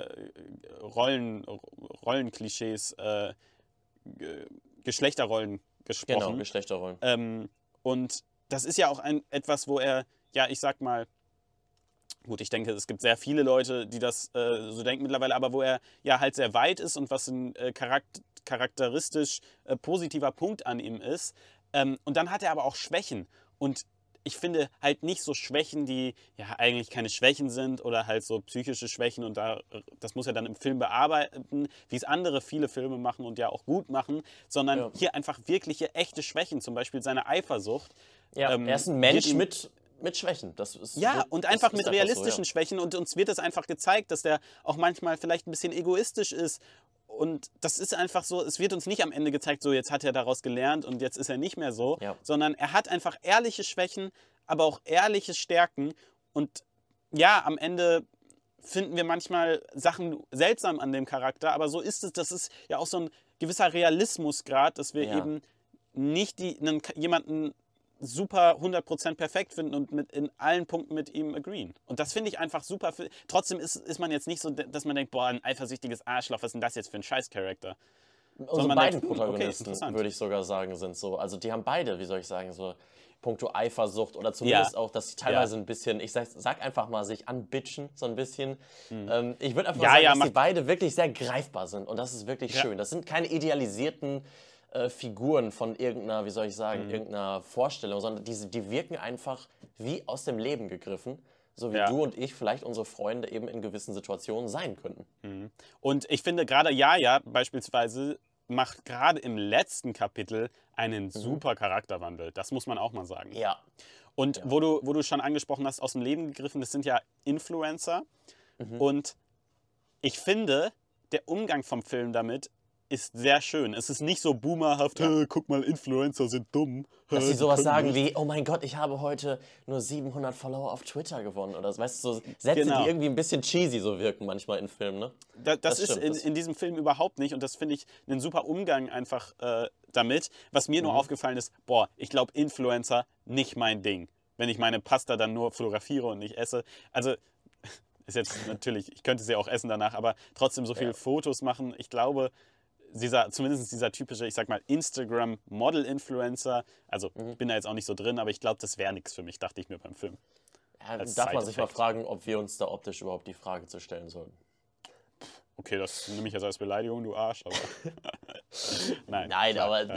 Rollenklischees, Geschlechterrollen gesprochen. Genau, Geschlechterrollen. Und das ist ja auch etwas, wo er, ja, ich sag mal, gut, ich denke, es gibt sehr viele Leute, die das so denken mittlerweile, aber wo er ja halt sehr weit ist und was ein charakteristisch positiver Punkt an ihm ist. Und dann hat er aber auch Schwächen. Und ich finde halt nicht so Schwächen, die ja eigentlich keine Schwächen sind oder halt so psychische Schwächen und das muss er dann im Film bearbeiten, wie es andere viele Filme machen und ja auch gut machen, sondern hier einfach wirkliche, echte Schwächen, zum Beispiel seine Eifersucht. Ja, er ist ein Mensch mit Schwächen. Und einfach mit realistischen Schwächen und uns wird es einfach gezeigt, dass der auch manchmal vielleicht ein bisschen egoistisch ist. Und das ist einfach so, es wird uns nicht am Ende gezeigt, so jetzt hat er daraus gelernt und jetzt ist er nicht mehr so, sondern er hat einfach ehrliche Schwächen, aber auch ehrliche Stärken. Und ja, am Ende finden wir manchmal Sachen seltsam an dem Charakter, aber so ist es, das ist ja auch so ein gewisser Realismusgrad, dass wir eben nicht jemanden super 100% perfekt finden und in allen Punkten mit ihm agreeen. Und das finde ich einfach super. Trotzdem ist man jetzt nicht so, dass man denkt, boah, ein eifersüchtiges Arschloch, was ist denn das jetzt für ein Scheiß-Charakter? Also beiden Protagonisten, würde ich sogar sagen, sind so. Also die haben beide, wie soll ich sagen, so puncto Eifersucht oder zumindest auch, dass sie teilweise ein bisschen, ich sag einfach mal, sich anbitchen, so ein bisschen. Ich würde einfach sagen, dass die beide wirklich sehr greifbar sind und das ist wirklich schön. Das sind keine idealisierten Figuren von irgendeiner, wie soll ich sagen, irgendeiner Vorstellung, sondern die wirken einfach wie aus dem Leben gegriffen. so wie du und ich vielleicht unsere Freunde eben in gewissen Situationen sein könnten. Und ich finde gerade Yaya beispielsweise macht gerade im letzten Kapitel einen super Charakterwandel. Das muss man auch mal sagen. Ja. Und wo du schon angesprochen hast, aus dem Leben gegriffen, das sind ja Influencer. Und ich finde, der Umgang vom Film damit ist sehr schön. Es ist nicht so boomerhaft, guck mal, Influencer sind dumm. Dass sie sowas sagen wie, oh mein Gott, ich habe heute nur 700 Follower auf Twitter gewonnen. Oder weißt du, so Sätze, die irgendwie ein bisschen cheesy so wirken manchmal in Filmen, ne? Das ist in diesem Film überhaupt nicht. Und das finde ich einen super Umgang einfach damit. Was mir nur aufgefallen ist, ich glaube, Influencer nicht mein Ding. Wenn ich meine Pasta dann nur fotografiere und nicht esse. Also ist jetzt natürlich, ich könnte sie auch essen danach, aber trotzdem so viele Fotos machen. Ich glaube, zumindest dieser typische, ich sag mal, Instagram-Model-Influencer, also ich bin da jetzt auch nicht so drin, aber ich glaube, das wäre nichts für mich, dachte ich mir beim Film. Ja, darf man sich mal fragen, ob wir uns da optisch überhaupt die Frage zu stellen sollten. Okay, das nehme ich jetzt als Beleidigung, du Arsch, aber Nein, klar, aber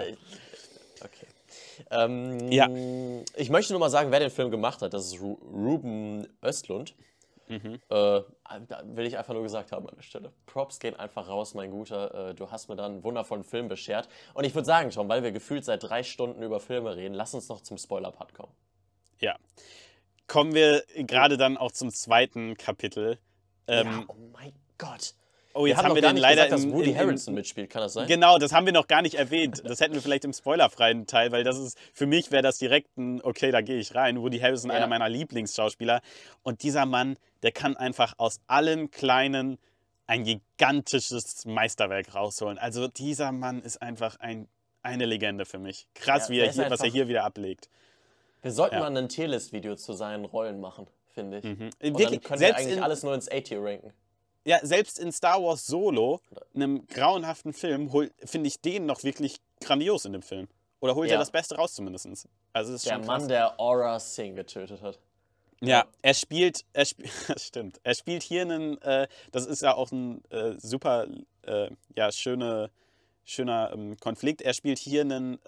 okay. Ich möchte nur mal sagen, wer den Film gemacht hat. Das ist Ruben Östlund. Da will ich einfach nur gesagt haben an der Stelle. Props gehen einfach raus, mein Guter. Du hast mir dann einen wundervollen Film beschert. Und ich würde sagen, Tom, weil wir gefühlt seit 3 Stunden über Filme reden, lass uns noch zum Spoiler-Part kommen. Ja. Kommen wir gerade dann auch zum zweiten Kapitel. Oh mein Gott. Oh, jetzt haben wir den leider gesagt, dass Woody Harrelson mitspielt, kann das sein? Genau, das haben wir noch gar nicht erwähnt. Das hätten wir vielleicht im spoilerfreien Teil, weil für mich wäre das direkt ein, okay, da gehe ich rein. Woody Harrelson, einer meiner Lieblingsschauspieler. Und dieser Mann, der kann einfach aus allem Kleinen ein gigantisches Meisterwerk rausholen. Also dieser Mann ist einfach eine Legende für mich. Krass, was er hier wieder ablegt. Wir sollten mal ein Tierlist-Video zu seinen Rollen machen, finde ich. Und Wirklich, dann können wir eigentlich alles nur ins A-Tier ranken. Ja, selbst in Star Wars Solo, einem grauenhaften Film, finde ich den noch wirklich grandios in dem Film. Oder holt er das Beste raus zumindest. Also das ist der Mann, der Aura Singh getötet hat. Ja, er spielt stimmt. Er spielt hier einen, das ist ja auch ein super, schöner Konflikt. Er spielt hier einen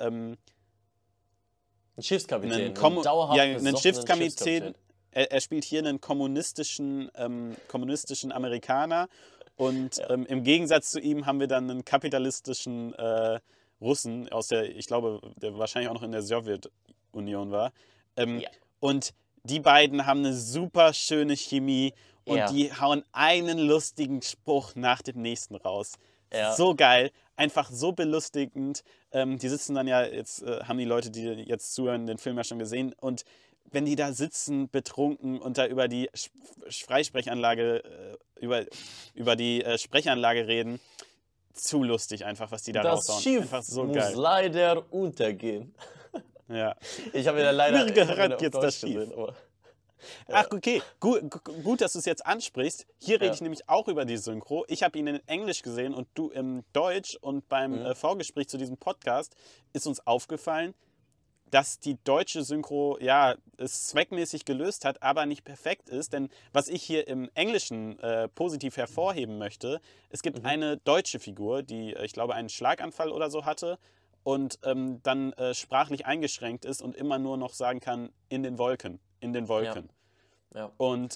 Schiffskapitän, einen Schiffskapitän. Er spielt hier einen kommunistischen Amerikaner und im Gegensatz zu ihm haben wir dann einen kapitalistischen Russen aus ich glaube, der wahrscheinlich auch noch in der Sowjetunion war. Und die beiden haben eine super schöne Chemie und die hauen einen lustigen Spruch nach dem nächsten raus. So geil, einfach so belustigend. Die sitzen dann jetzt haben die Leute, die jetzt zuhören, den Film ja schon gesehen und wenn die da sitzen, betrunken und da über die Freisprechanlage, über die Sprechanlage reden, zu lustig einfach, was die da raushauen. Das Schiff einfach so muss geil. leider untergehen. Ja. Ich habe ja leider... Mir gehört jetzt das Schiff. Gesehen, aber, Ach, okay. Gut, dass du es jetzt ansprichst. Hier rede ich nämlich auch über die Synchro. Ich habe ihn in Englisch gesehen und du im Deutsch. Und beim Vorgespräch zu diesem Podcast ist uns aufgefallen, dass die deutsche Synchro, es zweckmäßig gelöst hat, aber nicht perfekt ist. Denn was ich hier im Englischen positiv hervorheben möchte, es gibt eine deutsche Figur, die, ich glaube, einen Schlaganfall oder so hatte und dann sprachlich eingeschränkt ist und immer nur noch sagen kann, in den Wolken, in den Wolken. Ja. Und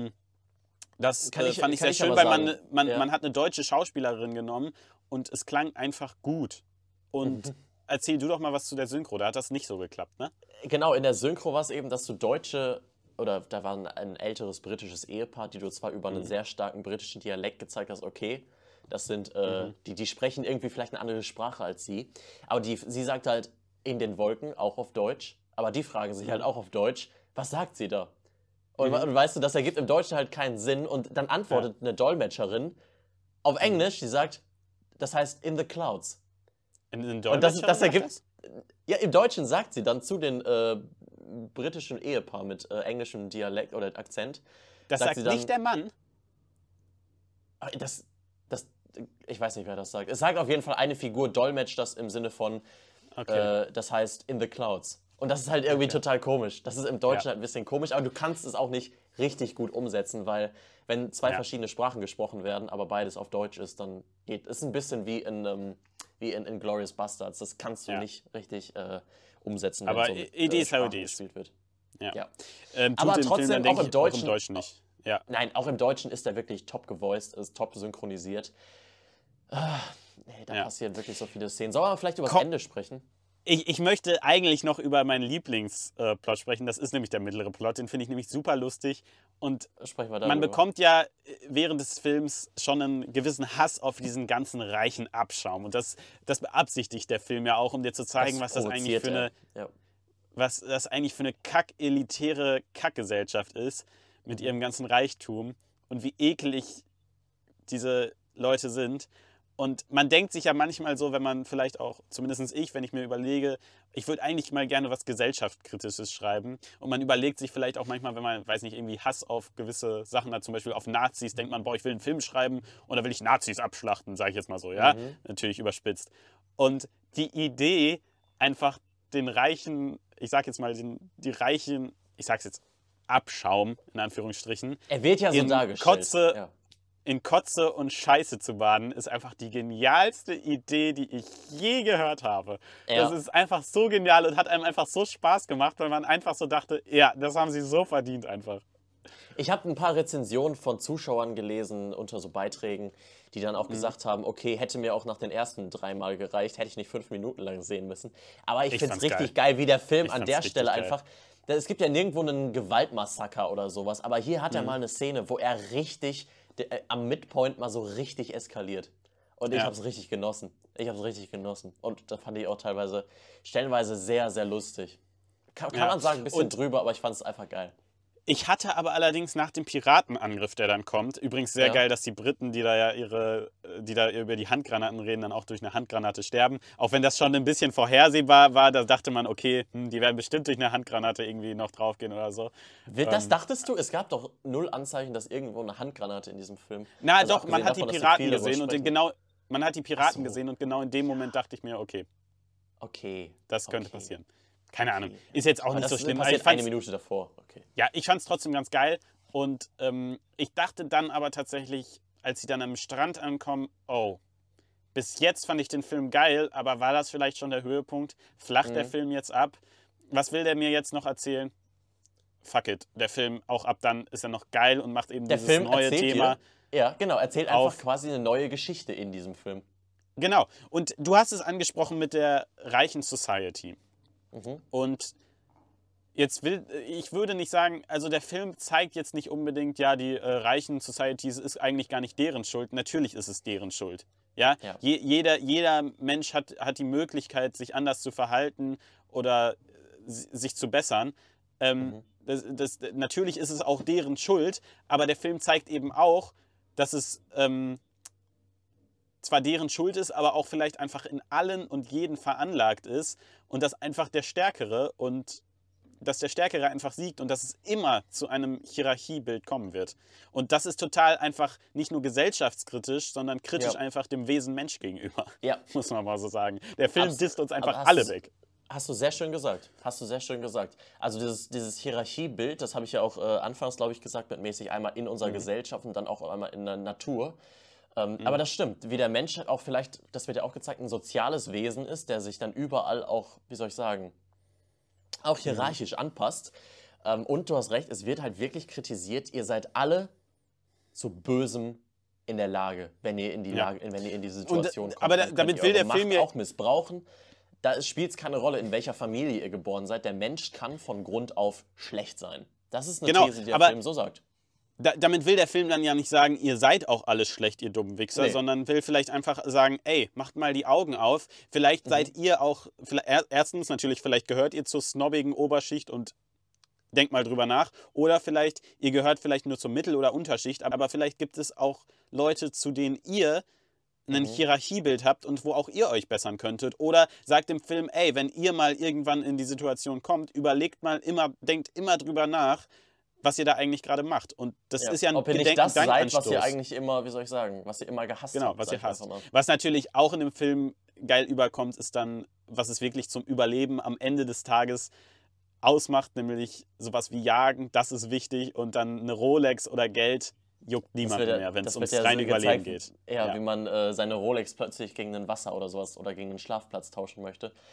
das fand ich sehr schön, weil man hat eine deutsche Schauspielerin genommen und es klang einfach gut. Und erzähl du doch mal was zu der Synchro, da hat das nicht so geklappt, ne? Genau, in der Synchro war es eben, dass du da war ein älteres britisches Ehepaar, die du zwar über einen sehr starken britischen Dialekt gezeigt hast, okay, das sind, die sprechen irgendwie vielleicht eine andere Sprache als sie, aber sie sagt halt in den Wolken, auch auf Deutsch, aber die fragen sich halt auch auf Deutsch, was sagt sie da? Und weißt du, das ergibt im Deutschen halt keinen Sinn und dann antwortet eine Dolmetscherin auf Englisch, die sagt, das heißt in the clouds. In und das ergibt. Ja, im Deutschen sagt sie dann zu den britischen Ehepaar mit englischem Dialekt oder Akzent. Das sagt sie dann, nicht der Mann? Ich weiß nicht, wer das sagt. Es sagt auf jeden Fall eine Figur, dolmetscht das im Sinne von, das heißt in the clouds. Und das ist halt irgendwie total komisch. Das ist im Deutschen halt ein bisschen komisch, aber du kannst es auch nicht richtig gut umsetzen, weil wenn zwei verschiedene Sprachen gesprochen werden, aber beides auf Deutsch ist, dann geht es ein bisschen wie in Inglourious Basterds. Das kannst du nicht richtig umsetzen, aber wenn so it is how it is. gespielt wird. Ja. Ja. Tut Aber dem trotzdem Film dann, auch denke im ich, auch im Deutschen. Deutschen nicht. Ja. Nein, auch im Deutschen ist er wirklich top gevoiced, ist top synchronisiert. Nee, da Ja. passieren wirklich so viele Szenen. Sollen wir vielleicht über das Komm. Ende sprechen? Ich möchte eigentlich noch über meinen Lieblingsplot sprechen. Das ist nämlich der mittlere Plot. Den finde ich nämlich super lustig. Und Sprechen wir darüber. man bekommt ja während des Films schon einen gewissen Hass auf diesen ganzen reichen Abschaum. Und das beabsichtigt der Film ja auch, um dir zu zeigen, was das eigentlich für eine, Ja. was das eigentlich für eine kack-elitäre Kackgesellschaft ist mit ihrem ganzen Reichtum und wie eklig diese Leute sind. Und man denkt sich ja manchmal so, wenn man vielleicht auch, zumindest ich, wenn ich mir überlege, ich würde eigentlich mal gerne was Gesellschaftskritisches schreiben. Und man überlegt sich vielleicht auch manchmal, wenn man, weiß nicht, irgendwie Hass auf gewisse Sachen hat, zum Beispiel auf Nazis, denkt man, boah, ich will einen Film schreiben und da will ich Nazis abschlachten, sage ich jetzt mal so, ja? Natürlich überspitzt. Und die Idee, einfach den reichen, ich sag jetzt mal, die reichen, ich sag's jetzt, Abschaum, in Anführungsstrichen, Er wird ja so in dargestellt. in Kotze und Scheiße zu baden, ist einfach die genialste Idee, die ich je gehört habe. Ja. Das ist einfach so genial und hat einem einfach so Spaß gemacht, weil man einfach so dachte, ja, das haben sie so verdient einfach. Ich habe ein paar Rezensionen von Zuschauern gelesen unter so Beiträgen, die dann auch gesagt haben, okay, hätte mir auch nach den ersten 3 Mal gereicht, hätte ich nicht 5 Minuten lang sehen müssen. Aber ich finde es fand's richtig geil, wie der Film Ich an fand's der richtig Stelle geil. einfach. Es gibt ja nirgendwo einen Gewaltmassaker oder sowas, aber hier hat er mal eine Szene, wo er richtig am Midpoint mal so richtig eskaliert. Und ich Ja. habe es richtig genossen. Und da fand ich auch teilweise, stellenweise sehr, sehr lustig. Kann Ja. man sagen, ein bisschen Und- drüber, aber ich fand es einfach geil. Ich hatte aber allerdings nach dem Piratenangriff, der dann kommt, übrigens sehr Ja. geil, dass die Briten, die da über die Handgranaten reden, dann auch durch eine Handgranate sterben. Auch wenn das schon ein bisschen vorhersehbar war, da dachte man, okay, die werden bestimmt durch eine Handgranate irgendwie noch draufgehen oder so. Das dachtest du? Es gab doch null Anzeichen, dass irgendwo eine Handgranate in diesem Film. Na Also doch, man abgesehen hat davon, die dass Piraten viele gesehen und sprechen. genau, man hat die Piraten Ach so. gesehen und genau in dem Moment dachte ich mir, okay, Okay. das könnte okay. passieren. Keine Ahnung. Okay. Ist jetzt auch Aber nicht das so schlimm. Aber passiert ich eine fand's, Minute davor. Okay. ja, ich fand es trotzdem ganz geil. Und ich dachte dann aber tatsächlich, als sie dann am Strand ankommen, oh, bis jetzt fand ich den Film geil, aber war das vielleicht schon der Höhepunkt? Flacht der Film jetzt ab? Was will der mir jetzt noch erzählen? Fuck it. Der Film, auch ab dann ist er noch geil und macht eben Der dieses Film neue erzählt Thema. dir, ja, genau, erzählt einfach auf- quasi eine neue Geschichte in diesem Film. Genau. Und du hast es angesprochen mit der reichen Society. Und ich würde nicht sagen, also der Film zeigt jetzt nicht unbedingt, ja, die reichen Societies ist eigentlich gar nicht deren Schuld. Natürlich ist es deren Schuld. Ja? Ja. Jeder Mensch hat die Möglichkeit, sich anders zu verhalten oder sich zu bessern. Natürlich ist es auch deren Schuld, aber der Film zeigt eben auch, dass es zwar deren Schuld ist, aber auch vielleicht einfach in allen und jeden veranlagt ist und dass einfach der Stärkere einfach siegt und dass es immer zu einem Hierarchiebild kommen wird. Und das ist total einfach nicht nur gesellschaftskritisch, sondern kritisch Ja. einfach dem Wesen Mensch gegenüber. Ja. Muss man mal so sagen. Der Film disst uns einfach aber alle weg. Hast du sehr schön gesagt. Also dieses Hierarchiebild, das habe ich ja auch anfangs, glaube ich, gesagt, mit mäßig einmal in unserer Gesellschaft und dann auch einmal in der Natur. Aber das stimmt, wie der Mensch auch vielleicht, das wird ja auch gezeigt, ein soziales Wesen ist, der sich dann überall auch, wie soll ich sagen, auch hierarchisch anpasst. Und du hast recht, es wird halt wirklich kritisiert, ihr seid alle zu Bösem in der Lage, wenn ihr in die Ja. Lage, wenn ihr in diese Situation kommt. aber Dann könnt damit ihr will eure der Film Macht ja- auch missbrauchen. Da spielt es keine Rolle, in welcher Familie ihr geboren seid. Der Mensch kann von Grund auf schlecht sein. Das ist eine Genau, These, die der aber- Film so sagt. Damit will der Film dann ja nicht sagen, ihr seid auch alle schlecht, ihr dummen Wichser, Nee. sondern will vielleicht einfach sagen, ey, macht mal die Augen auf. Vielleicht seid ihr auch, erstens natürlich, vielleicht gehört ihr zur snobbigen Oberschicht und denkt mal drüber nach. Oder vielleicht, ihr gehört vielleicht nur zur Mittel- oder Unterschicht, aber vielleicht gibt es auch Leute, zu denen ihr ein Hierarchiebild habt und wo auch ihr euch bessern könntet. Oder sagt dem Film, ey, wenn ihr mal irgendwann in die Situation kommt, denkt immer drüber nach, was ihr da eigentlich gerade macht. Und das ist ja ein Ob ihr nicht das seid, was Gedankenanstoß. ihr eigentlich immer, wie soll ich sagen, was ihr immer gehasst Genau, habt. was sag ihr ich hasst. einfach mal. Was natürlich auch in dem Film geil überkommt, ist dann, was es wirklich zum Überleben am Ende des Tages ausmacht, nämlich sowas wie Jagen, das ist wichtig und dann eine Rolex oder Geld juckt niemanden mehr, wenn es ums reine Überleben geht. Ja, wie man seine Rolex plötzlich gegen ein Wasser oder sowas oder gegen einen Schlafplatz tauschen möchte.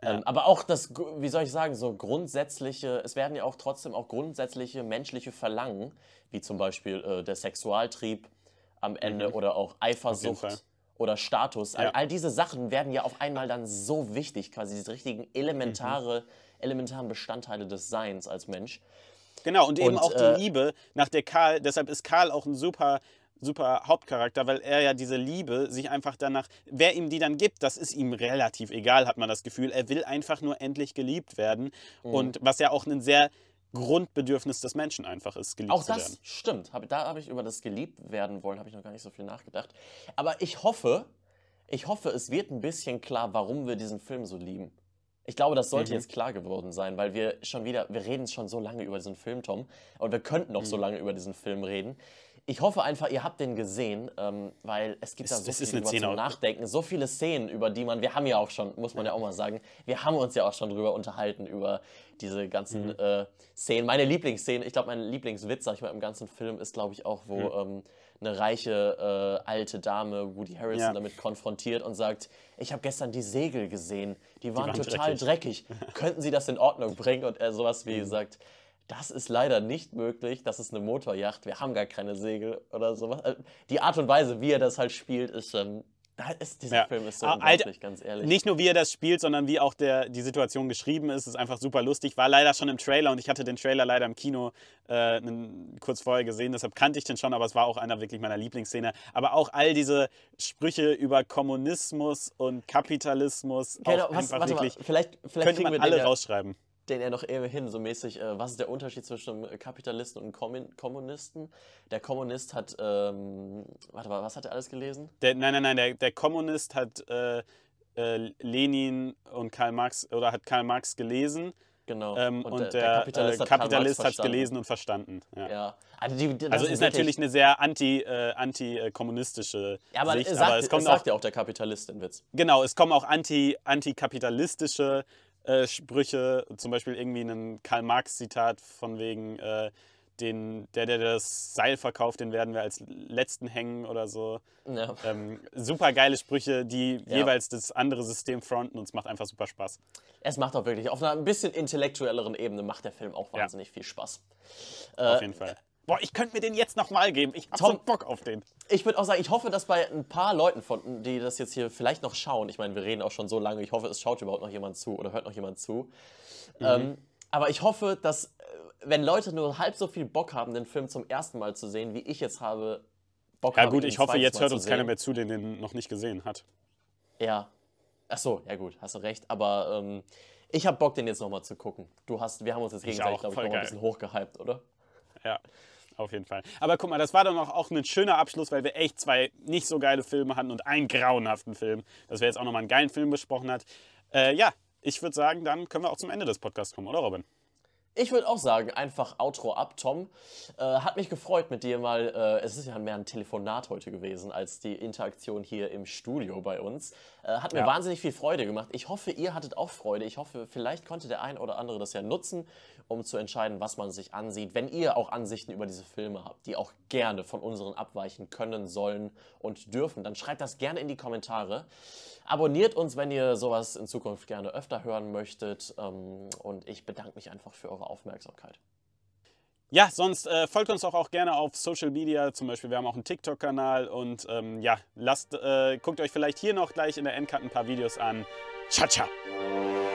Aber auch das, wie soll ich sagen, so grundsätzliche, es werden ja auch trotzdem auch grundsätzliche menschliche Verlangen, wie zum Beispiel der Sexualtrieb am Ende oder auch Eifersucht oder Status. All diese Sachen werden ja auf einmal dann so wichtig, quasi diese richtigen elementaren Bestandteile des Seins als Mensch. Genau, und eben auch die Liebe, nach der Karl, deshalb ist Karl auch ein super Hauptcharakter, weil er ja diese Liebe sich einfach danach, wer ihm die dann gibt, das ist ihm relativ egal, hat man das Gefühl. Er will einfach nur endlich geliebt werden und was ja auch ein sehr Grundbedürfnis des Menschen einfach ist, geliebt zu werden. Auch das stimmt. Da habe ich über das geliebt werden wollen, habe ich noch gar nicht so viel nachgedacht. Aber ich hoffe, es wird ein bisschen klar, warum wir diesen Film so lieben. Ich glaube, das sollte jetzt klar geworden sein, weil wir reden schon so lange über diesen Film, Tom, und wir könnten noch so lange über diesen Film reden. Ich hoffe einfach, ihr habt den gesehen, weil es gibt da so viel drüber zum Nachdenken, so viele Szenen, über die wir haben ja auch schon, muss man ja auch mal sagen, wir haben uns ja auch schon drüber unterhalten, über diese ganzen Szenen. Meine Lieblingsszene, ich glaube, mein Lieblingswitz, sag ich mal, im ganzen Film ist, glaube ich, auch, wo eine reiche alte Dame Woody Harrelson damit konfrontiert und sagt, ich habe gestern die Segel gesehen, die waren total dreckig. Könnten Sie das in Ordnung bringen? Und er sowas wie sagt, das ist leider nicht möglich, das ist eine Motoryacht, wir haben gar keine Segel oder sowas. Die Art und Weise, wie er das halt spielt, dieser Film ist so unglaublich, ganz ehrlich. Nicht nur wie er das spielt, sondern wie auch die Situation geschrieben ist einfach super lustig. War leider schon im Trailer und ich hatte den Trailer leider im Kino kurz vorher gesehen, deshalb kannte ich den schon, aber es war auch einer wirklich meiner Lieblingsszene. Aber auch all diese Sprüche über Kommunismus und Kapitalismus, genau, vielleicht könnte man alle rausschreiben. Den er noch hin, so mäßig, was ist der Unterschied zwischen einem Kapitalisten und einem Kommunisten? Der Kommunist hat, warte mal, was hat er alles gelesen? Der Kommunist hat Lenin und Karl Marx, oder hat Karl Marx gelesen. Genau. Und der Kapitalist hat es gelesen und verstanden. Ja. Also ist natürlich eine sehr antikommunistische Sicht. Aber es sagt ja auch der Kapitalist den Witz. Genau, es kommen auch antikapitalistische Sprüche, zum Beispiel irgendwie ein Karl-Marx-Zitat von wegen, der das Seil verkauft, den werden wir als Letzten hängen oder so. Ja. Super geile Sprüche, die jeweils das andere System fronten und es macht einfach super Spaß. Es macht auch wirklich, auf einer ein bisschen intellektuelleren Ebene macht der Film auch wahnsinnig viel Spaß. Auf jeden Fall. Boah, ich könnte mir den jetzt nochmal geben. Ich hab so Bock auf den. Ich würde auch sagen, ich hoffe, dass bei ein paar Leuten, die das jetzt hier vielleicht noch schauen, ich meine, wir reden auch schon so lange, ich hoffe, es schaut überhaupt noch jemand zu oder hört noch jemand zu. Aber ich hoffe, dass, wenn Leute nur halb so viel Bock haben, den Film zum ersten Mal zu sehen, wie ich jetzt habe, Bock haben. Ja gut, ich hoffe, jetzt hört uns keiner mehr zu, den noch nicht gesehen hat. Ja. Ach so, ja gut, hast du recht. Aber ich habe Bock, den jetzt nochmal zu gucken. Wir haben uns jetzt gegenseitig, glaube ich, noch ein bisschen hochgehypt, oder? Ja. Auf jeden Fall. Aber guck mal, das war dann auch ein schöner Abschluss, weil wir echt zwei nicht so geile Filme hatten und einen grauenhaften Film, dass wir jetzt auch nochmal einen geilen Film besprochen hat. Ich würde sagen, dann können wir auch zum Ende des Podcasts kommen, oder Robin? Ich würde auch sagen, einfach Outro ab, Tom. Hat mich gefreut mit dir mal, es ist ja mehr ein Telefonat heute gewesen, als die Interaktion hier im Studio bei uns. Hat mir wahnsinnig viel Freude gemacht. Ich hoffe, ihr hattet auch Freude. Ich hoffe, vielleicht konnte der ein oder andere das ja nutzen, um zu entscheiden, was man sich ansieht. Wenn ihr auch Ansichten über diese Filme habt, die auch gerne von unseren abweichen können, sollen und dürfen, dann schreibt das gerne in die Kommentare. Abonniert uns, wenn ihr sowas in Zukunft gerne öfter hören möchtet. Und ich bedanke mich einfach für eure Aufmerksamkeit. Ja, sonst folgt uns auch gerne auf Social Media. Zum Beispiel, wir haben auch einen TikTok-Kanal. Und guckt euch vielleicht hier noch gleich in der Endcard ein paar Videos an. Ciao, ciao!